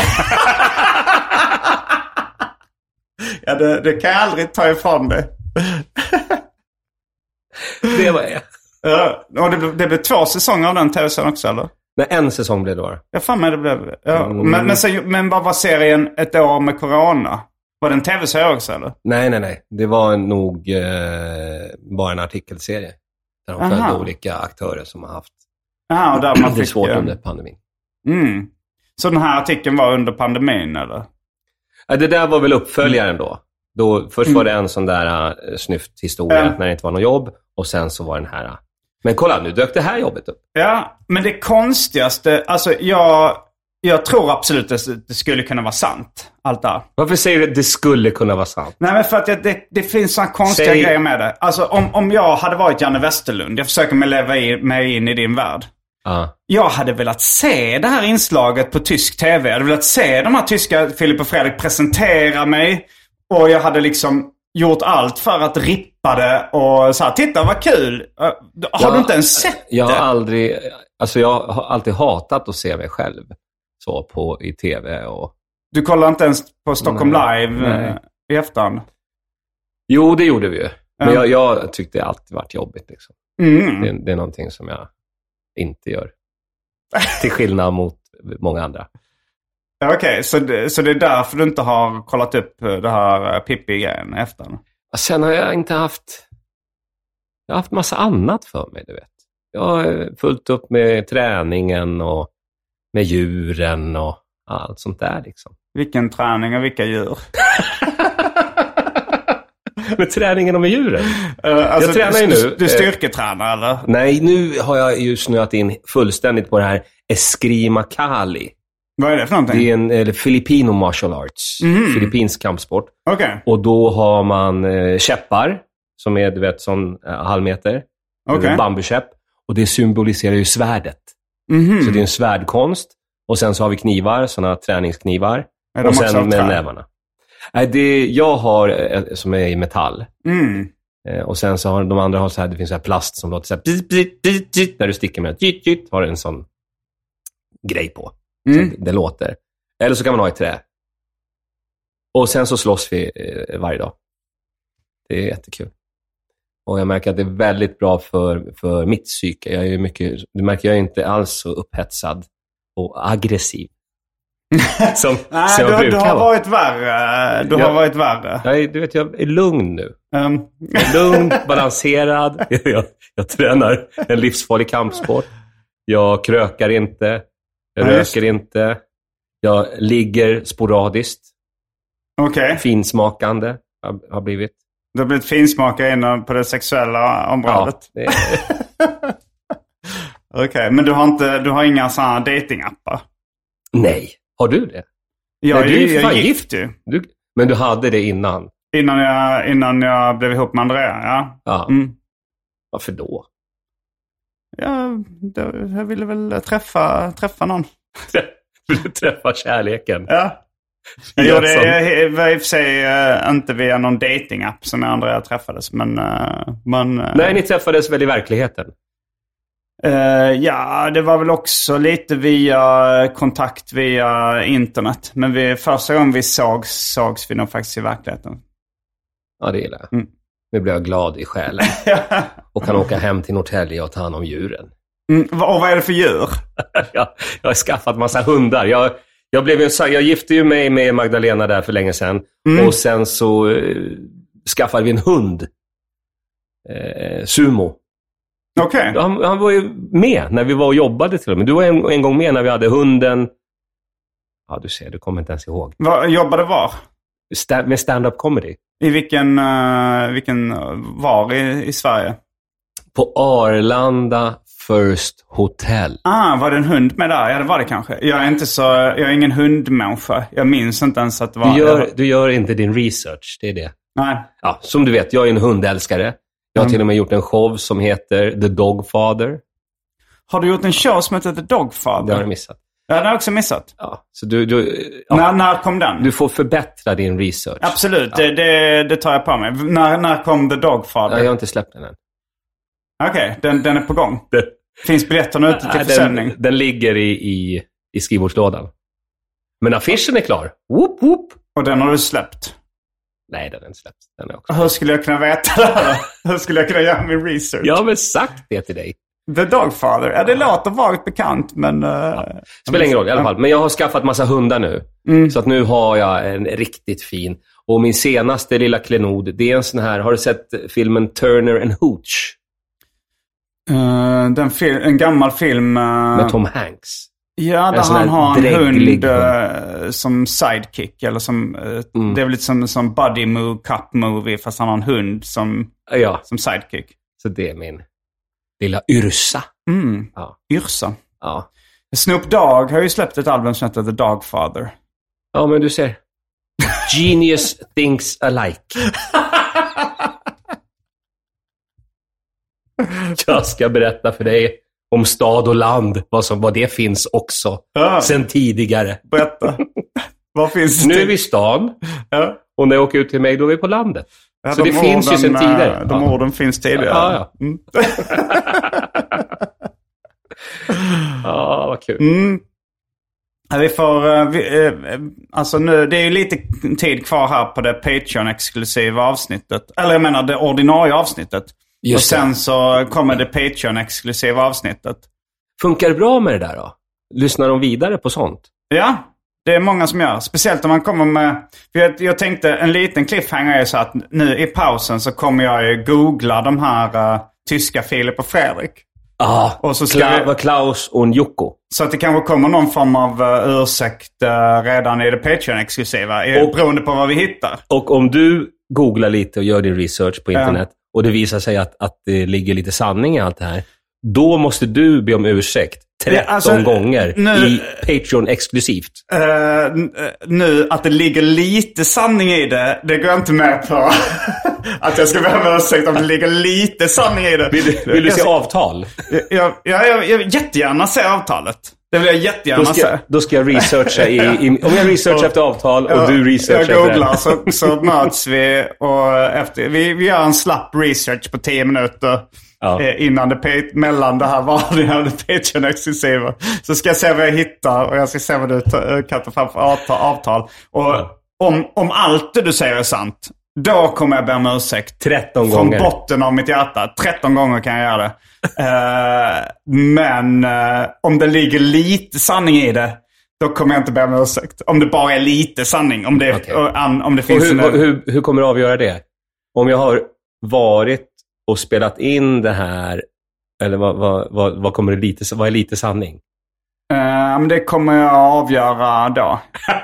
Ja, det, det kan jag aldrig ta ifrån dig. Det var jag. Ja, och det, det blev två säsonger av den tv-serien också, eller? Nej, en säsong blev det bara. Ja, fan med det blev ja. Mm. Men, men, så, men vad var serien Ett år med corona? Var det en tv-serie också, eller? Nej, nej, nej. Det var nog eh, bara en artikelserie. Där de följde olika aktörer som har haft Aha, och där man det fick, svårt under pandemin. Mm. Så den här artikeln var under pandemin, eller? Ja, det där var väl uppföljaren då. då först mm. var det en sån där uh, snyfthistoria mm. när det inte var något jobb. Och sen så var den här... Uh, men kolla, nu dök det här jobbet upp. Ja, men det konstigaste... Alltså, jag, jag tror absolut att det, det skulle kunna vara sant. Allt där. Varför säger du att det skulle kunna vara sant? Nej, men för att jag, det, det finns såna konstiga Säg... grejer med det. Alltså, om, om jag hade varit Janne Westerlund... Jag försöker mig leva i, mig in i din värld. Uh. Jag hade velat se det här inslaget på tysk tv. Jag hade velat se de här tyska Filip och Fredrik presentera mig. Och jag hade liksom gjort allt för att rippa det. Och så här, titta vad kul. Har jag, du inte ens sett det? Jag har aldrig, alltså jag har alltid hatat att se mig själv så på i tv. Och... Du kollar inte ens på Stockholm nej, Live nej. i efterhand? Jo, det gjorde vi ju. Men mm. jag, jag tyckte det alltid varit jobbigt. Liksom. Mm. Det, det är någonting som jag inte gör. Till skillnad mot många andra. Okej, okay, så, det, så det är därför du inte har kollat upp det här Pippi-grejen efter? Sen har jag inte haft... Jag har haft massa annat för mig, du vet. Jag har fullt upp med träningen och med djuren och allt sånt där liksom. Vilken träning och vilka djur? Med träningen och med djuren. Uh, alltså, jag tränar ju nu. Du, du styrketränar eller? Nej, nu har jag ju snöat in fullständigt på det här Eskrima Kali. Vad är det för någonting? Det är en eller, Filipino martial arts. Mm. Filippinsk kampsport. Okay. Och då har man eh, käppar som är, du vet, sån eh, halvmeter. Okay. Bambukäpp. Och det symboliserar ju svärdet. Mm. Så det är en svärdkonst. Och sen så har vi knivar, såna träningsknivar. Är och sen med nävarna. Nej, det jag har eh, som är i metall. Mm. Eh, och sen så har de andra har så här, det finns så här plast som låter så här bit, bit, bit, bit, när du sticker med det. Bit, har en sån grej på. Mm. Så det låter. Eller så kan man ha i trä. Och sen så slåss vi eh, varje dag. Det är jättekul. Och jag märker att det är väldigt bra för, för mitt psyke. Jag är mycket, du märker jag är inte alls så upphetsad och aggressiv. Som, Nej, som du, du har vara. varit värre. Du jag, har varit värre. Jag, du vet, jag är lugn nu. Um. Jag är lugn, balanserad. Jag, jag tränar en livsfarlig kampsport. Jag krökar inte. Jag Ja, röker inte. Jag ligger sporadiskt. Okej. Okay. Finsmakande har, har blivit. Du har blivit finsmakare innan på det sexuella området. Ja, det är... Okej, okay. Men du har, inte, du har inga sådana datingappar? Nej. Har du det? Ja, Nej, du är jag är gift. gift ju. Du, men du hade det innan? Innan jag, innan jag blev ihop med Andrea, ja. Ja. Mm. Varför då? Ja, då, jag ville väl träffa, träffa någon. Vill du träffa kärleken? Ja. Jag gjorde det var i och för sig uh, inte via någon datingapp som jag och Andrea träffades. Men, uh, man, uh, Nej, ni träffades väl i verkligheten? Uh, ja, det var väl också lite via kontakt via internet. Men vi, första gången vi sågs, sågs vi nog faktiskt i verkligheten. Ja, det gillar jag. Mm. Nu blir jag glad i själen. Och kan åka hem till Norrtälje och ta hand om djuren. Mm, och vad är det för djur? jag, jag har skaffat massa hundar. Jag, jag, blev en, jag gifte ju mig med Magdalena där för länge sedan. Mm. Och sen så uh, skaffade vi en hund. Uh, Sumo. Okej. Okay. Han, han var ju med när vi var och jobbade till och med. Du var en, en gång med när vi hade hunden. Ja, du ser, du kommer inte ens ihåg. Var, jobbade var? Sta- med stand-up comedy. I vilken, uh, vilken var i, i Sverige? På Arlanda First Hotel. Ah, var det en hund med där? Ja, det var det kanske. Jag är inte så, jag är ingen hundmänniska. Jag minns inte ens att det var... Du gör, var... du gör inte din research, det är det. Nej. Ja, som du vet, jag är en hundälskare. Jag har mm. till och med gjort en show som heter The Dogfather. Har du gjort en show som heter The Dogfather? Det har jag missat. Ja, det har jag också missat. Ja, så du... du ja. när, när kom den? Du får förbättra din research. Absolut, ja. det, det, det tar jag på mig. När, när kom The Dogfather? Ja, jag har inte släppt den än. Okej, okay, den, den är på gång. Det... Finns biljetterna ute till ja, försäljning? Den, den ligger i, i, i skrivbordslådan. Men affischen är klar. Whoop, whoop. Och den har du släppt? Nej, den är inte släppt. Den är också Hur skulle jag kunna veta det här? Hur skulle jag kunna göra min research? Jag har väl sagt det till dig. The Dogfather. Ja, det låter vagt bekant, men... Uh, ja. Spelar ingen roll i alla fall. Men jag har skaffat massa hundar nu. Mm. Så att nu har jag en riktigt fin. Och min senaste lilla klenod, det är en sån här... Har du sett filmen Turner and Hooch? Uh, den fil- en gammal film... Uh... Med Tom Hanks. Ja, där han har en hund uh, som sidekick. Eller som, uh, mm. Det är väl lite som, som buddy move, cup movie. Fast han har en hund som, ja. som sidekick. Så det är min lilla Yrsa. Mm. Ja. Yrsa. Ja. Snoop Dogg har ju släppt ett album som heter The Dogfather. Ja, men du ser. Genius thinks alike. Jag ska berätta för dig om stad och land. Vad, som, vad det finns också. Ja. Sen tidigare. Berätta. Vad finns det? Nu är vi i stan. Ja. Och när jag åker ut till mig, då är vi på landet. Ja, så de det finns ju sen tidigare. De ja. orden finns tidigare. Ja, ja. Mm. Ja, vad kul. Mm. Vi får, vi, alltså nu, det är ju lite tid kvar här på det Patreon-exklusiva avsnittet. Eller jag menar det ordinarie avsnittet. Just och sen det. Så kommer det Patreon-exklusiva avsnittet. Funkar det bra med det där då? Lyssnar de vidare på sånt? Ja, det är många som gör. Speciellt om man kommer med... För jag, jag tänkte, en liten cliffhanger är så att nu i pausen så kommer jag ju googla de här uh, tyska Filip och Fredrik. Ah, och så ska Kla- vi... Klaus och Jocko. Så att det kanske kommer någon form av uh, ursäkt uh, redan i det Patreon-exklusiva. Och, beroende på vad vi hittar. Och om du googlar lite och gör din research på internet. Uh. Och det visar sig att, att det ligger lite sanning i allt det här. Då måste du be om ursäkt tretton ja, alltså, gånger nu, i Patreon exklusivt. Uh, nu att det ligger lite sanning i det, det går jag inte med på. Att jag ska be om ursäkt om det ligger lite sanning i det. Vill, vill du se avtal? Jag, jag, jag, jag vill jättegärna se avtalet. Det vill jag jättegärna då ska, se. Då ska jag researcha i, i om jag researchar och, efter avtal och ja, du researchar jag googlar så, så möts vi och efter, vi, vi gör en slapp research på tio minuter ja. eh, innan det mellan det här vanliga och det Patreon-exklusiva. Så ska jag se vad jag hittar och jag ska se vad du kan ta fram för avtal. avtal. Och ja. om, om allt det du säger är sant, då kommer jag be om ursäkt. tretton från gånger. Från botten av mitt hjärta. tretton gånger kan jag göra det. uh, men uh, om det ligger lite sanning i det, då kommer jag inte be om ursäkt. Om det bara är lite sanning. Om det, okay. uh, om det finns hur, en... hur, hur kommer du avgöra det? Om jag har varit och spelat in det här Eller vad, vad, vad, vad, kommer det lite, vad är lite sanning? Uh, men det kommer jag avgöra då.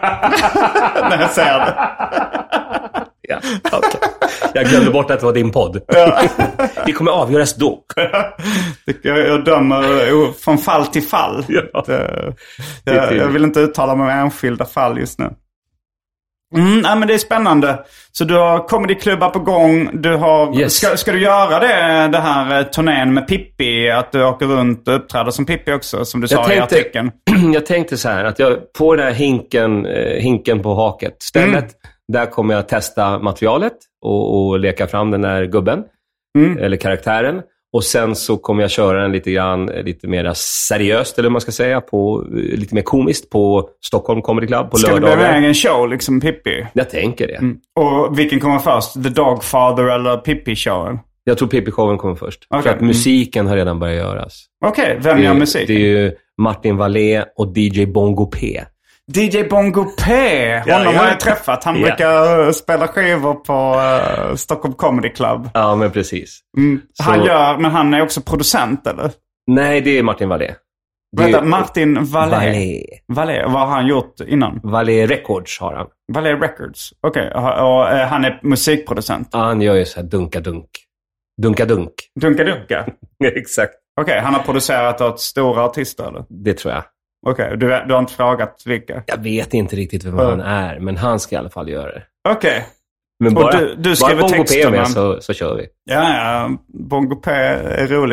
När jag säger det. Ja, okay. Jag glömde bort att det var din podd. Ja. Det kommer avgöras då. jag, jag dömer från fall till fall. Ja. Det, jag, jag vill inte uttala mig om enskilda fall just nu. Mm, nej, men det är spännande. Så du har comedyklubbar på gång. Du har, yes. ska, ska du göra det, det här turnén med Pippi? Att du åker runt och uppträder som Pippi också, som du jag sa tänkte, i artikeln. Jag tänkte så här, att jag på den här hinken, hinken på haket stället, mm. där kommer jag testa materialet och, och leka fram den här gubben. Mm. Eller karaktären. Och sen så kommer jag köra den lite grann, lite mer seriöst, eller man ska säga, på lite mer komiskt på Stockholm Comedy Club på ska lördagar. Ska det bli en egen show, liksom Pippi? Jag tänker det. Mm. Och vilken kommer först? The Dogfather eller Pippi-showen? Jag tror Pippi-showen kommer först. Okay. För att musiken har redan börjat göras. Okej, okay. Vem gör musiken? Det är ju Martin Wallé och D J Bongo P. D J Bongo P, honom ja, har jag träffat. Han yeah. brukar spela skivor på uh, Stockholm Comedy Club. Ja, men precis. Mm. Han gör, men han är också producent, eller? Nej, det är Martin Wallé. Vänta, Martin Wallé. Wallé. Wallé. Vad har han gjort innan? Wallé Records har han. Wallé Records, okej. Okay. Och, och uh, han är musikproducent? Ja, han gör ju så här dunka-dunk. Dunka-dunk. Dunka-dunka? Exakt. Okej, okay, han har producerat åt stora artister, eller? Det tror jag. Okej, okay, du, du har inte frågat vilka? Jag vet inte riktigt vem mm. han är, men han ska i alla fall göra det. Okej. Okay. Men bara, du, du skriver bara Bongo texterna. P med så, så kör vi. Ja, ja. Bongo P är rolig.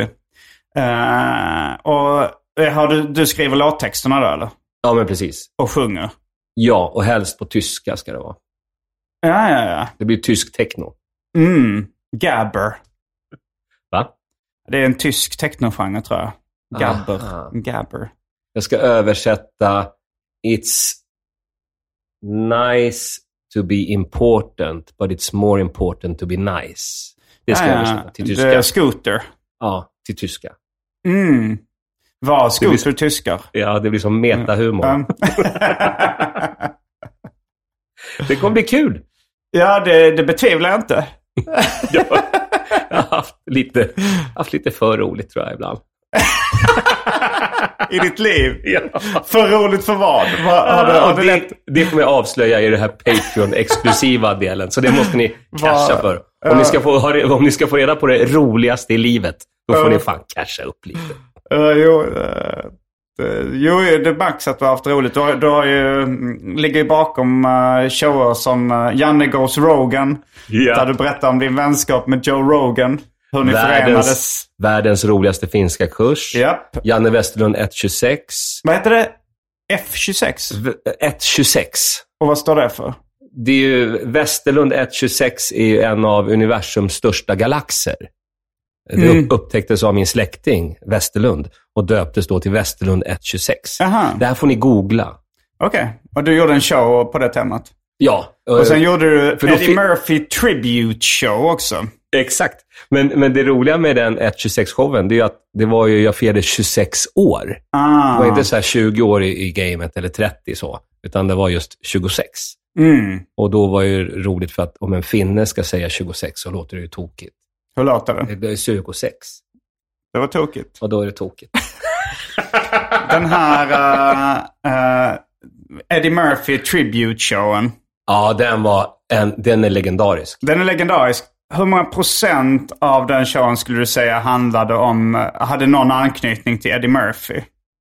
Uh, och har du, du skriver låttexterna då, eller? Ja, men precis. Och sjunger? Ja, och helst på tyska ska det vara. Ja, ja, ja. Det blir tysk techno. Mm, Gabber. Va? Det är en tysk technogenre, tror jag. Gabber. Aha. Gabber. Jag ska översätta It's nice to be important, but it's more important to be nice. Det ska ja, jag översätta till tyska. Det är Scooter. Ja, till tyska. Mm. Vad Scooter blir, tyskar? Ja, det blir som metahumor. Mm. Det kommer bli kul. Ja, det, det betvivlar jag inte. Ja, jag har haft lite, haft lite för roligt, tror jag, ibland. I ditt liv? Ja. För roligt för vad? vad har du, har du det, lätt... det kommer jag avslöja i det här Patreon-exklusiva delen. Så det måste ni casha för. Om, uh, ni ska få, om ni ska få reda på det roligaste i livet, då får uh, ni fan casha upp lite. Uh, jo, uh, det, jo, det är max att du har haft roligt. Du, har, du har ju, ligger ju bakom uh, shower som uh, Janne Goes Rogan. Yeah. Där du berättar om din vänskap med Joe Rogan. Hur ni världens, förenades. Världens roligaste finska kurs. Yep. Janne Westerlund ett tjugosex. Vad heter det? F tjugosex? ett tjugosex. Och vad står det för? Det är ju, Westerlund ett tjugosex är ju en av universums största galaxer. Det mm. upptäcktes av min släkting, Westerlund. Och döptes då till Westerlund ett tjugosex. Aha. Där får ni googla. Okej, okay. Och du gjorde en show på det temat? Ja. Och sen gjorde du Eddie Murphy Tribute Show också. Exakt. Men, men det roliga med den ett tjugosex-showen, det är ju att det var ju, jag firade tjugosex år. Ah. Det var inte så här tjugo år i, i gamet eller trettio så. Utan det var just tjugosex. Mm. Och då var ju roligt för att om en finne ska säga tjugosex så låter det ju tokigt. Hur låter det? Det är tjugosex. Det var tokigt. Och då är det tokigt. Den här uh, uh, Eddie Murphy Tribute-showen. Ja, den, var en, den är legendarisk. Den är legendarisk. Hur många procent av den showen skulle du säga handlade om, hade någon anknytning till Eddie Murphy?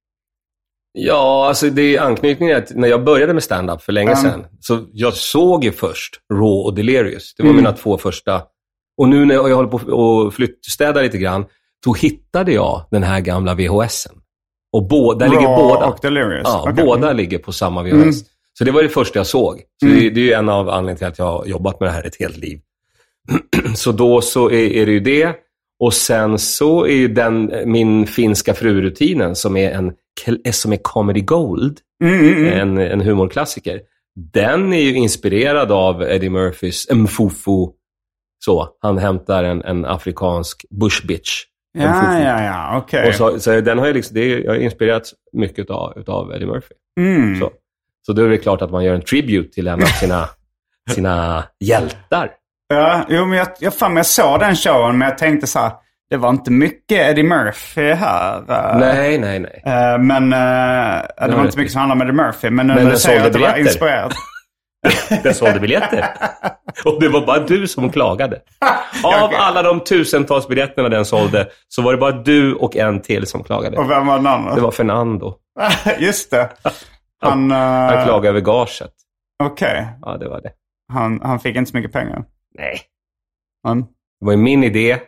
Ja, alltså det är anknytningen att när jag började med stand-up för länge um. sedan. Så jag såg ju först Raw och Delirious. Det var mm. mina två första. Och nu när jag håller på och flyttstädar lite grann, då hittade jag den här gamla V H S:en. Och båda, där ligger båda. Och Delirious. Ja, okay. båda ligger på samma V H S. Mm. Så det var det första jag såg. Så mm. det, det är ju en av anledningarna till att jag har jobbat med det här ett helt liv. Så då så är, är det ju det. Och sen så är ju den, min finska frurutinen som är en som är Comedy Gold, mm, mm, mm. En, en humorklassiker. Den är ju inspirerad av Eddie Murphys Mfufu. Så, han hämtar en, en afrikansk bush bitch. Ja, ja, ja, okej. Okay. Och så, så den har ju liksom, det är, jag har inspirerats mycket av, utav Eddie Murphy. Mm. Så, så då är det klart att man gör en tribute till en av sina, sina hjältar. Ja, jo, men jag, jag, fan, jag såg den showen, men jag tänkte så här, det var inte mycket Eddie Murphy här. Nej, nej, nej. Men det var det inte mycket som handlade om Eddie Murphy. Men, men när du säger att det var inspirerat. Den sålde biljetter. Och det var bara du som klagade. Av alla de tusentals biljetterna den sålde så var det bara du och en till som klagade. Och vem var den andra? Det var Fernando. Just det. Han, han, han klagade över gaget. Okej. Okay. Ja, det var det. Han, han fick inte så mycket pengar. Nej. Han... Det var ju min idé.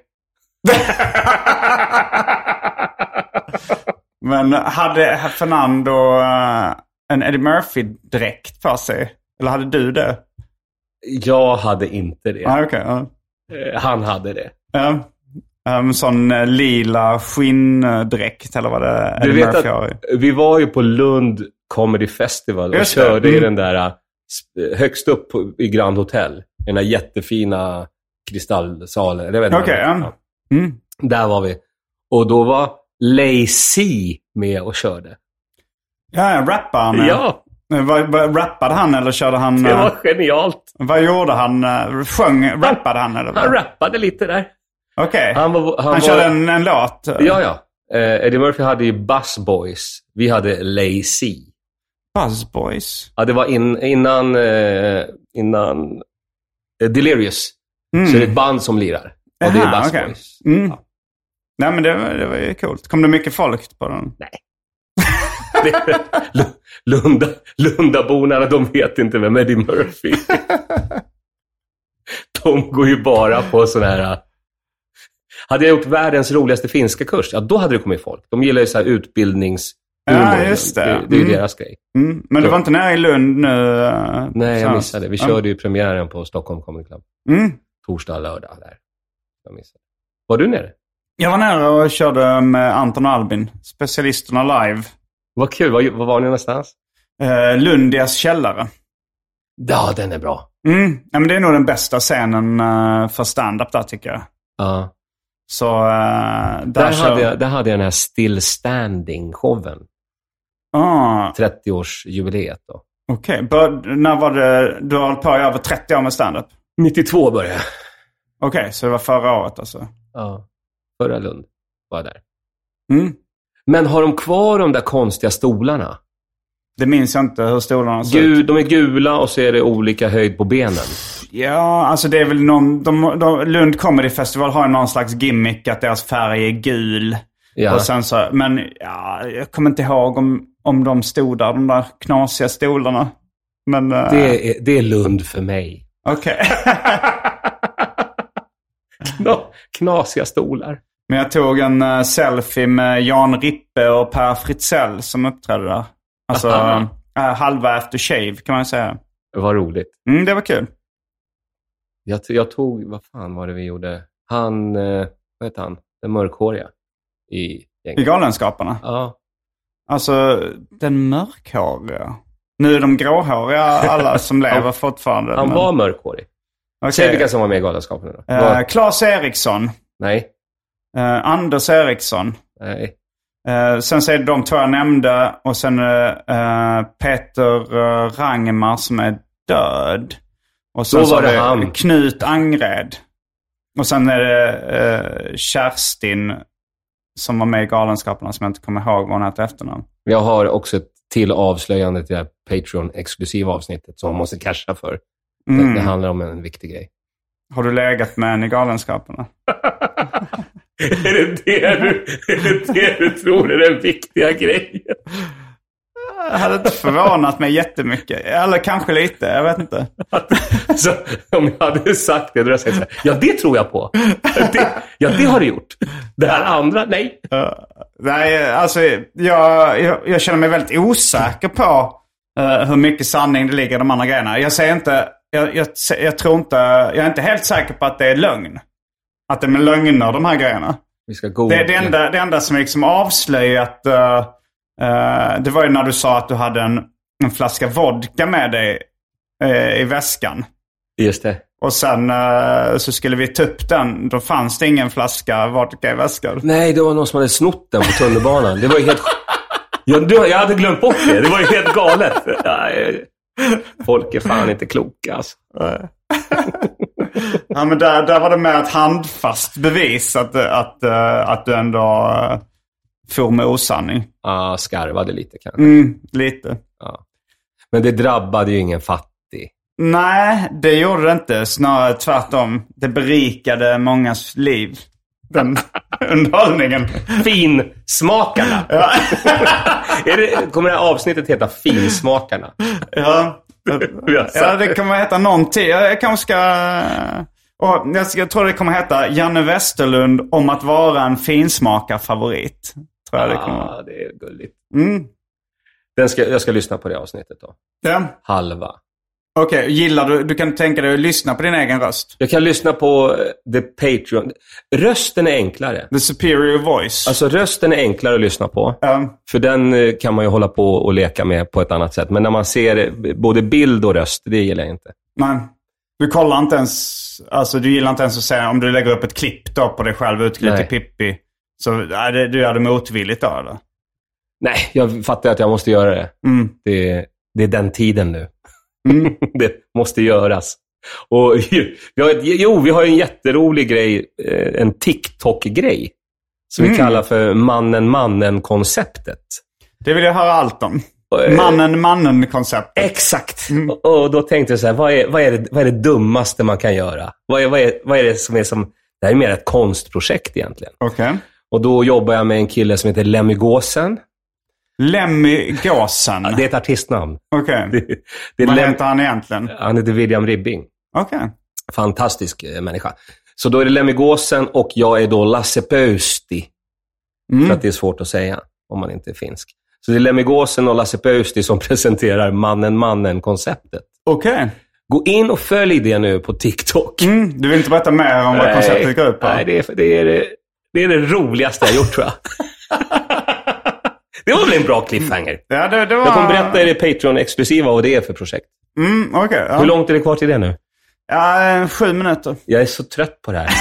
Men hade Fernando uh, en Eddie Murphy-dräkt på sig? Eller hade du det? Jag hade inte det. Ah, okay, uh. Han hade det. Ja. Um, sån uh, lila skinndräkt eller vad det är. Du vet Murphy att har. Vi var ju på Lund Comedy Festival och Just körde mm. i den där uh, högst upp på, i Grand Hotel. Den där jättefina kristallsalen. Okej, okay, ja. mm. Där var vi. Och då var Lazy med och körde. Ja, rappade han. Ja. Vad, vad, rappade han eller körde han? Det var genialt. Vad gjorde han? Sjöng, rappade han eller vad? Han rappade lite där. Okej. Okay. Han, var, han, han var, körde en, en låt? Ja, ja. Eh, Eddie Murphy hade ju Buzz Boys. Vi hade Lazy. Buzz Boys? Ja, det var in, innan, eh, innan eh, Delirious. Mm. Så det är ett band som lirar. Och Aha, det är Buzz okay. Boys. Mm. Ja. Nej, men det var, det var ju coolt. Kom det mycket folk på den? Nej. det, Lunda, Lundaborna, de vet inte vem Eddie Murphy. De går ju bara på sån här... Hade jag gjort världens roligaste finska kurs, ja, då hade det kommit folk. De gillar ju så här utbildnings... Ja, just det. Det, det är ju mm. deras grej. Mm. Men du var inte nära i Lund nu? Nej, jag missade det. Vi körde ju premiären på Stockholm Comedy Club. Mm. Torsdag, lördag där. Jag missade. Var du nere? Jag var nära och körde med Anton och Albin. Specialisterna live. Vad kul. Var, var var ni någonstans? Eh, Lundias källare. Ja, den är bra. Mm. Ja, men det är nog den bästa scenen uh, för stand-up där, tycker jag. Ja. Så uh, där, där, kör... hade jag, där hade jag den här Still Standing-showen. Ah. trettioårsjubileet då. Okej. Okay. När var det... Du har hållit på i över trettio år med stand-up? nittiotvå började jag. Okej, okay, så det var förra året alltså? Ja. Förra Lund var där. Mm. Men har de kvar de där konstiga stolarna? Det minns jag inte hur stolarna ser Gud, ut. De är gula och så är det olika höjd på benen. Ja, alltså det är väl någon... De, de, Lund Comedy Festival har ju någon slags gimmick att deras färg är gul. Ja. Och sen så, men ja, jag kommer inte ihåg om, om de stod där, de där knasiga stolarna. Men, uh... det, är, det är Lund för mig. Okej. Okay. Knasiga stolar. Men jag tog en uh, selfie med Jan Rippe och Per Fritzell som uppträdde där. Alltså uh, halva after shave kan man säga. Det var roligt. Mm, det var kul. Jag, jag tog, vad fan var det vi gjorde? Han, uh, vad heter han? Den mörkhåriga i gänget. I Galenskaparna? Ja. Alltså, den mörkhåriga. Nu är de gråhåriga alla som lever han, fortfarande. Han men... var mörkhårig. Okay. Säg vilka som var med i Galenskaparna då. Uh, var... Claes Eriksson. Nej. Uh, Anders Eriksson. Nej. Uh, sen så är det de två jag nämnde. Och sen uh, Peter uh, Rangmar som är död. Och sen då så var det är han. Knut Angred. Och sen är det uh, Kerstin som var med i Galenskaparna som jag inte kommer ihåg vad hon hette efternamn. Jag har också ett till avslöjande till det här Patreon-exklusiva avsnittet som man måste casha för. Mm. Det, det handlar om en viktig grej. Har du legat med en i Galenskaparna? är, det det du, är det det du tror är den viktiga grejen? Jag hade inte förvånat mig jättemycket. Eller kanske lite, jag vet inte. Så, om jag hade sagt det, då hade jag sagt så här, ja det tror jag på. Det, ja, det har du gjort. Det här andra, nej. Uh, nej, alltså jag, jag, jag känner mig väldigt osäker på uh, hur mycket sanning det ligger i de andra grejerna. Jag säger inte, jag, jag, jag tror inte, jag är inte helt säker på att det är lögn. Att det är med lögner, de här grejerna. Vi ska gå. Det, det, enda, det enda som liksom avslöjat uh, Uh, det var ju när du sa att du hade en, en flaska vodka med dig uh, i väskan. Just det. Och sen uh, så skulle vi ta upp den. Då fanns det ingen flaska vodka i väskan. Nej, det var någon som hade snott den på tunnelbanan. Det var ju helt... jag, jag hade glömt bort det. Det var ju helt galet. Folk är fan inte kloka alltså. Ja, men där, där var det med ett handfast bevis att, att, att du ändå får med osanning. Ja, skarvade lite kanske. Mm, lite. Ja. Men det drabbade ju ingen fattig. Nej, det gjorde det inte. Snarare tvärtom. Det berikade mångas liv. Den underhållningen. Finsmakarna. Ja. Är det, kommer det här avsnittet heta Finsmakarna? Ja. Ja, det kommer att heta någonting. Jag kanske ska... Och jag, ska, jag tror det kommer att heta Janne Westerlund om att vara en finsmakarfavorit. Tror jag det kommer. Ja, det är gulligt. Mm. Den ska, jag ska lyssna på det avsnittet då. Ja. Halva. Okej, okay, gillar du, du kan tänka dig att lyssna på din egen röst? Jag kan lyssna på The Patreon. Rösten är enklare. The superior voice. Alltså rösten är enklare att lyssna på. Um. För den kan man ju hålla på och leka med på ett annat sätt. Men när man ser både bild och röst, det gillar jag inte. Nej. Du kollar inte ens, alltså du gillar inte ens att säga om du lägger upp ett klipp då på dig själv utklädd till Pippi. Så nej, det, du gör det motvilligt då eller? Nej, jag fattar att jag måste göra det. Mm. Det, det är den tiden nu. Mm. Det måste göras. Och vi har, jo, vi har en jätterolig grej, en TikTok-grej som mm. vi kallar för mannen-mannen-konceptet. Det vill jag höra allt om. Mannen-mannen-konceptet. Exakt. Mm. Och, och då tänkte jag så här, vad är, vad, är det, vad är det dummaste man kan göra? Vad är, vad är, vad är det som är som, det här är mer ett konstprojekt egentligen. Okej. Okay. Och då jobbar jag med en kille som heter Lemmy Gåsen. Lemmy Gåsen? Ja, det är ett artistnamn. Okej. Okay. Det, det vad Lem- heter han egentligen? Han heter William Ribbing. Okej. Okay. Fantastisk eh, människa. Så då är det Lemmy Gåsen och jag är då Lasse Pöysti. Mm. För att det är svårt att säga om man inte är finsk. Så det är Lemmy Gåsen och Lasse Pöysti som presenterar mannen-mannen-konceptet. Okej. Okay. Gå in och följ det nu på TikTok. Mm, du vill inte berätta mer om nej, vad konceptet går ut på? Nej, det är det, är det, det är det roligaste jag gjort tror jag. Det var väl en bra cliffhanger. Ja, det, det var... Jag kommer berätta i det Patreon-exklusiva vad det är för projekt. Mm, okej. Okay, ja. Hur långt är det kvar till det nu? Ja, sju minuter. Jag är så trött på det här.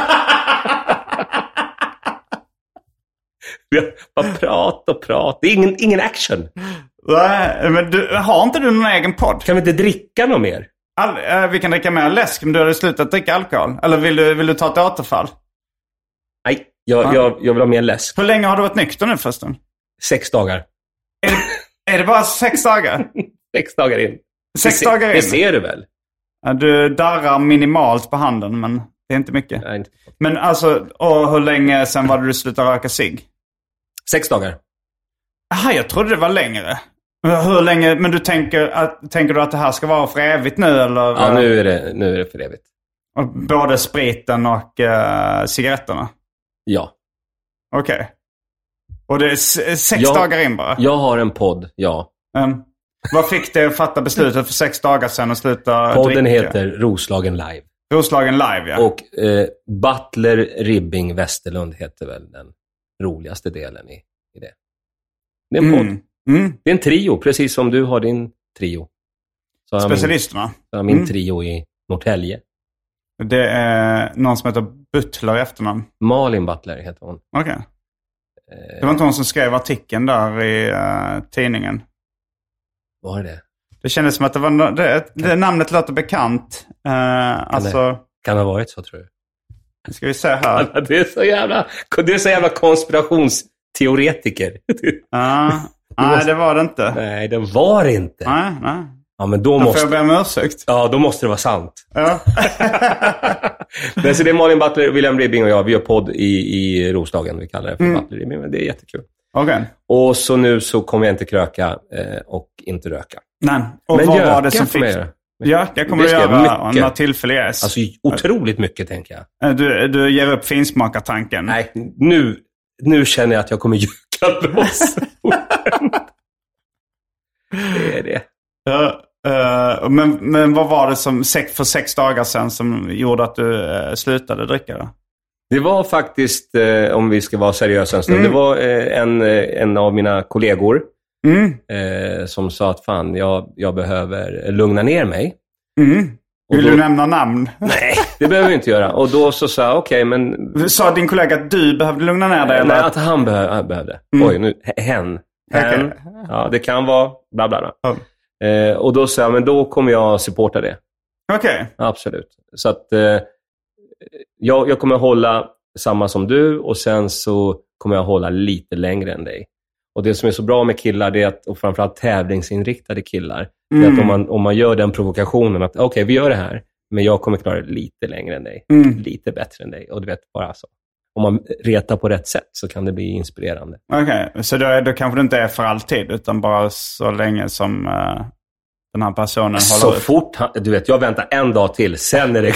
Bara prat och prat. Det är ingen, ingen action. Nej, men du, har inte du någon egen podd? Kan vi inte dricka något mer? All, äh, vi kan dricka mer läsk, men du har slutat dricka alkohol. Eller vill du, vill du ta ett återfall? Nej, jag, ja. jag, jag vill ha mer läsk. Hur länge har du varit nykter nu förresten? Sex dagar. Är det, är det bara sex dagar? Sex dagar in. Sex det, dagar in? Det ser du väl? Ja, du darrar minimalt på handen, men det är inte mycket. Nej, inte. Men alltså, och hur länge sedan var det du slutade röka cigg? Sex dagar. Jaha, jag trodde det var längre. Hur länge? Men du tänker, att, tänker du att det här ska vara för evigt nu? Eller? Ja, nu är det, nu är det för evigt. Både spriten och uh, cigaretterna? Ja. Okej. Okay. Och det är sex jag, dagar in bara? Jag har en podd, ja. Um, vad fick dig att fatta beslutet för sex dagar sedan och sluta Podden dricka? heter Roslagen Live. Roslagen Live, ja. Och eh, Butler Ribbing Westerlund heter väl den roligaste delen i, i det. Det är en podd. Mm. Mm. Det är en trio, precis som du har din trio. Så Specialisterna? Så har min mm. trio i Norrtälje. Det är någon som heter Butler i efternamn. Malin Butler heter hon. Okej. Okay. Eh. Det var inte hon som skrev artikeln där i uh, tidningen. Var det det? Det kändes som att det var no- det, det namnet låter bekant. Uh, kan, alltså, det, kan det ha varit så, tror du? Nu ska vi se här. Det är så jävla, det är så jävla konspirationsteoretiker. Ja. Uh, nej, måste, det var det inte. Nej, det var det inte. Nej, nej. Ja, men då, då måste... får jag be om ursäkt. Ja, då måste det vara sant. Ja. Men så det är Malin Butler, William Ribbing och jag. Vi gör podd i, i Roslagen. Vi kallar det för mm. Butler Ribbing, men det är jättekul. Okay. Och så nu så kommer jag inte kröka eh, och inte röka. Nej. Och men vad göka var det som fick... Ja, jag kommer att göra några tillfälliga. Alltså otroligt mycket, tänker jag. Du, du ger upp finsmakartanken. Nej, nu, nu känner jag att jag kommer göka loss. Det är det. Uh, uh, men, men vad var det som för sex dagar sedan som gjorde att du uh, slutade dricka då? Det var faktiskt, eh, om vi ska vara seriösa en stund, mm. det var eh, en, en av mina kollegor mm. eh, som sa att fan, jag, jag behöver lugna ner mig. Mm. Vill då, du nämna namn? Nej, det behöver vi inte göra. Och då så sa jag, okej, okay, men... Sa din kollega att du behövde lugna ner dig? Nej, eller? att han behö- behövde. Mm. Oj, nu, hen. hen. Okay. Ja, det kan vara bla bla bla. Mm. Eh, och då sa jag, men då kommer jag supporta det. Okej. Okay. Absolut. Så att eh, jag, jag kommer hålla samma som du och sen så kommer jag hålla lite längre än dig. Och det som är så bra med killar, det är att, och framförallt tävlingsinriktade killar, mm. är att om man, om man gör den provokationen att okej, okay, vi gör det här, men jag kommer klara det lite längre än dig. Mm. Lite bättre än dig. Och du vet, bara så. Om man retar på rätt sätt så kan det bli inspirerande. Okej, okay. Så då, då kanske det inte är för alltid, utan bara så länge som uh, den här personen håller så ut. Så fort, han, du vet, jag väntar en dag till, sen är det...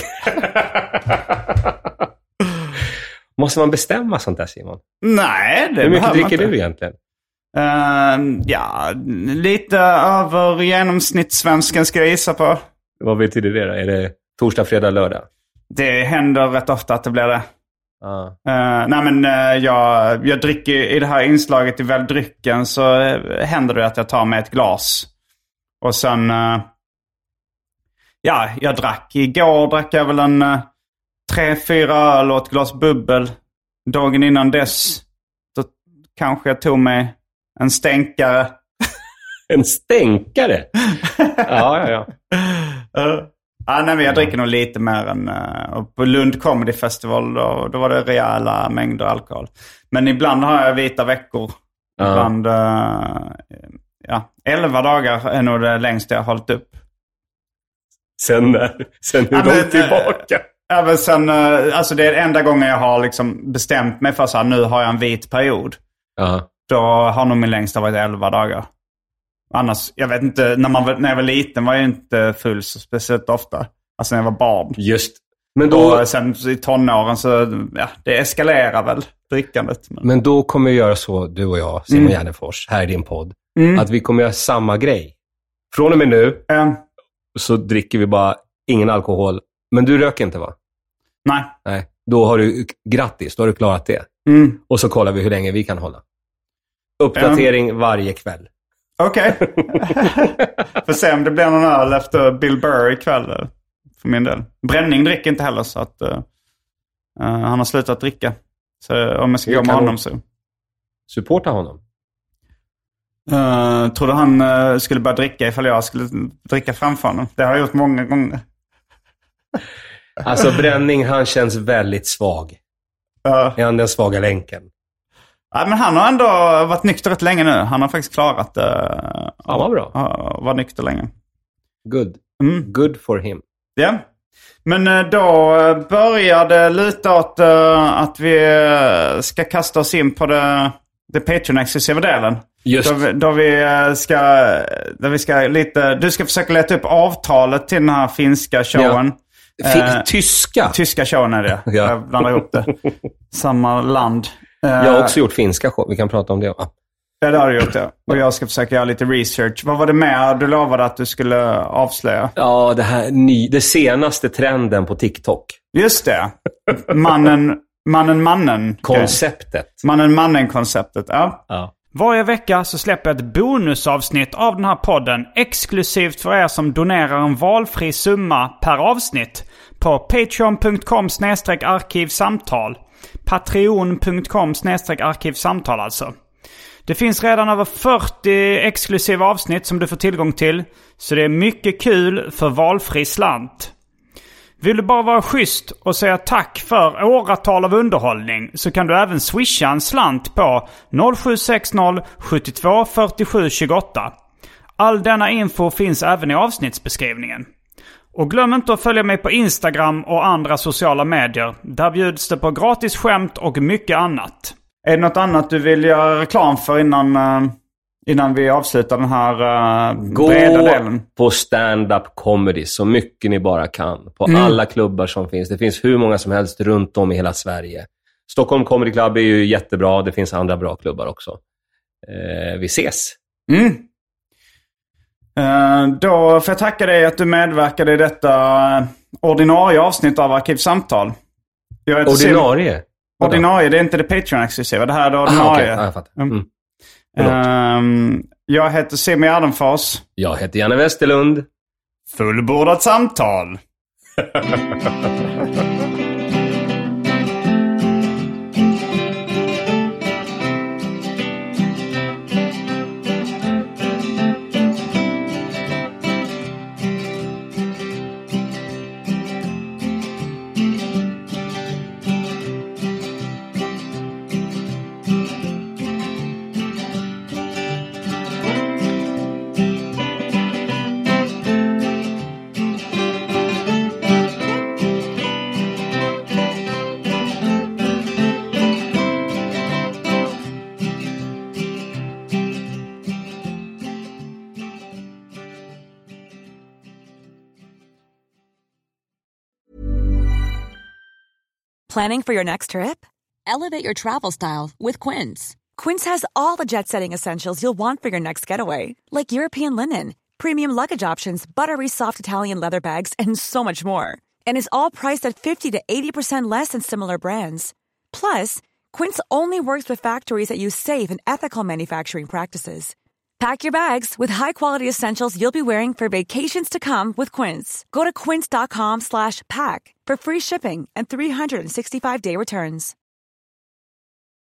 Måste man bestämma sånt där, Simon? Nej, det Hur mycket dricker inte. du egentligen? Uh, ja, lite över genomsnittssvensken ska jag gissa på. Vad betyder det då? Är det torsdag, fredag, lördag? Det händer rätt ofta att det blir det. Ah. Uh, nej men uh, jag, jag dricker i det här inslaget i väl drycken så uh, händer det att jag tar med ett glas. Och sen, uh, ja, jag drack igår, drack jag väl en uh, tre, fyra öl och ett glas bubbel. Dagen innan dess, då kanske jag tog mig en stänkare. En stänkare? Ja, ja, ja. Uh. Ja, nej, men jag dricker nog lite mer än... Uh, på Lund Comedy Festival då, då var det rejäla mängder alkohol. Men ibland har jag vita veckor. Ja. Ibland... Uh, ja, elva dagar är nog det längsta jag har hållit upp. Sen när? Sen hur ja, långt tillbaka? Ja, men sen... Uh, alltså det är enda gången jag har liksom bestämt mig för så här, nu har jag en vit period. Ja. Då har nog min längsta varit elva dagar. Annars, jag vet inte, när, man, när jag var liten var jag inte full så speciellt ofta. Alltså när jag var barn. Just. Men då... Och sen i tonåren så, ja, det eskalerar väl drickandet. Men, men då kommer vi göra så, du och jag, Simon mm. Gärdenfors, här i din podd. Mm. Att vi kommer göra samma grej. Från och med nu mm. så dricker vi bara ingen alkohol. Men du röker inte, va? Nej. Nej. Då har du, grattis, då har du klarat det. Mm. Och så kollar vi hur länge vi kan hålla. Uppdatering mm. varje kväll. Okej. Okay. Får se om det blir någon öl efter Bill Burr ikväll för min del. Bränning dricker inte heller så att uh, uh, han har slutat dricka. Så om jag ska jag gå med honom så. Supporta honom? Uh, tror du han uh, skulle börja dricka ifall jag skulle dricka framför honom? Det har jag gjort många gånger. Alltså bränning, han känns väldigt svag. Uh. Är han den svaga länken? Ja, men han har ändå varit nykter rätt länge nu. Han har faktiskt klarat det. Uh, ja, vad bra. Uh, var nykter länge. Good. Mm. Good for him. Ja. Yeah. Men uh, då började lite åt uh, att vi uh, ska kasta oss in på det, det Patreon-exklusiva delen. Just. Då, då vi uh, ska, då vi ska lite, du ska försöka leta upp avtalet till den här finska showen. Ja. Fin- uh, tyska? Tyska showen är det. Ja. Jag blandar ihop det. Samma land. Jag har också gjort finska show. Vi kan prata om det. Ah. Ja, det har du gjort, ja. Och jag ska försöka göra lite research. Vad var det med du lovade att du skulle avslöja? Ja, det här ny, det senaste trenden på TikTok. Just det. Mannen, mannen, mannen. Konceptet. Mannen, mannen-konceptet, ja. Ja. Varje vecka så släpper jag ett bonusavsnitt av den här podden exklusivt för er som donerar en valfri summa per avsnitt på patreon punkt com snedstreck arkivsamtal. patreon punkt com snedstreck arkivsamtal alltså. Det finns redan över fyrtio exklusiva avsnitt som du får tillgång till. Så det är mycket kul för valfri slant. Vill du bara vara schysst och säga tack för åratal av underhållning så kan du även swisha en slant på noll sju sex noll sju två fyra sju två åtta. All denna info finns även i avsnittsbeskrivningen. Och glöm inte att följa mig på Instagram och andra sociala medier. Där bjuds det på gratis skämt och mycket annat. Är det något annat du vill göra reklam för innan, uh, innan vi avslutar den här uh, breda delen? Gå på stand-up comedy så mycket ni bara kan. På mm. alla klubbar som finns. Det finns hur många som helst runt om i hela Sverige. Stockholm Comedy Club är ju jättebra. Det finns andra bra klubbar också. Uh, vi ses. Mm. Uh, då får jag tacka dig att du medverkade i detta ordinarie avsnitt av Arkivsamtal. Jag ordinarie? Sim- ordinarie, det är inte det Patreon-exklusiva. Det här är det ordinarie. Aha, okay. Ja, jag fattar. Mm. Mm. Uh, jag heter Simon Gärdenfors. Jag heter Janne Westerlund. Fullbordat samtal. Planning for your next trip? Elevate your travel style with Quince. Quince has all the jet-setting essentials you'll want for your next getaway, like European linen, premium luggage options, buttery soft Italian leather bags, and so much more. And is all priced at fifty to eighty percent less than similar brands. Plus, Quince only works with factories that use safe and ethical manufacturing practices. Pack your bags with high-quality essentials you'll be wearing for vacations to come with Quince. Go to quince.com slash pack for free shipping and three sixty-five day returns.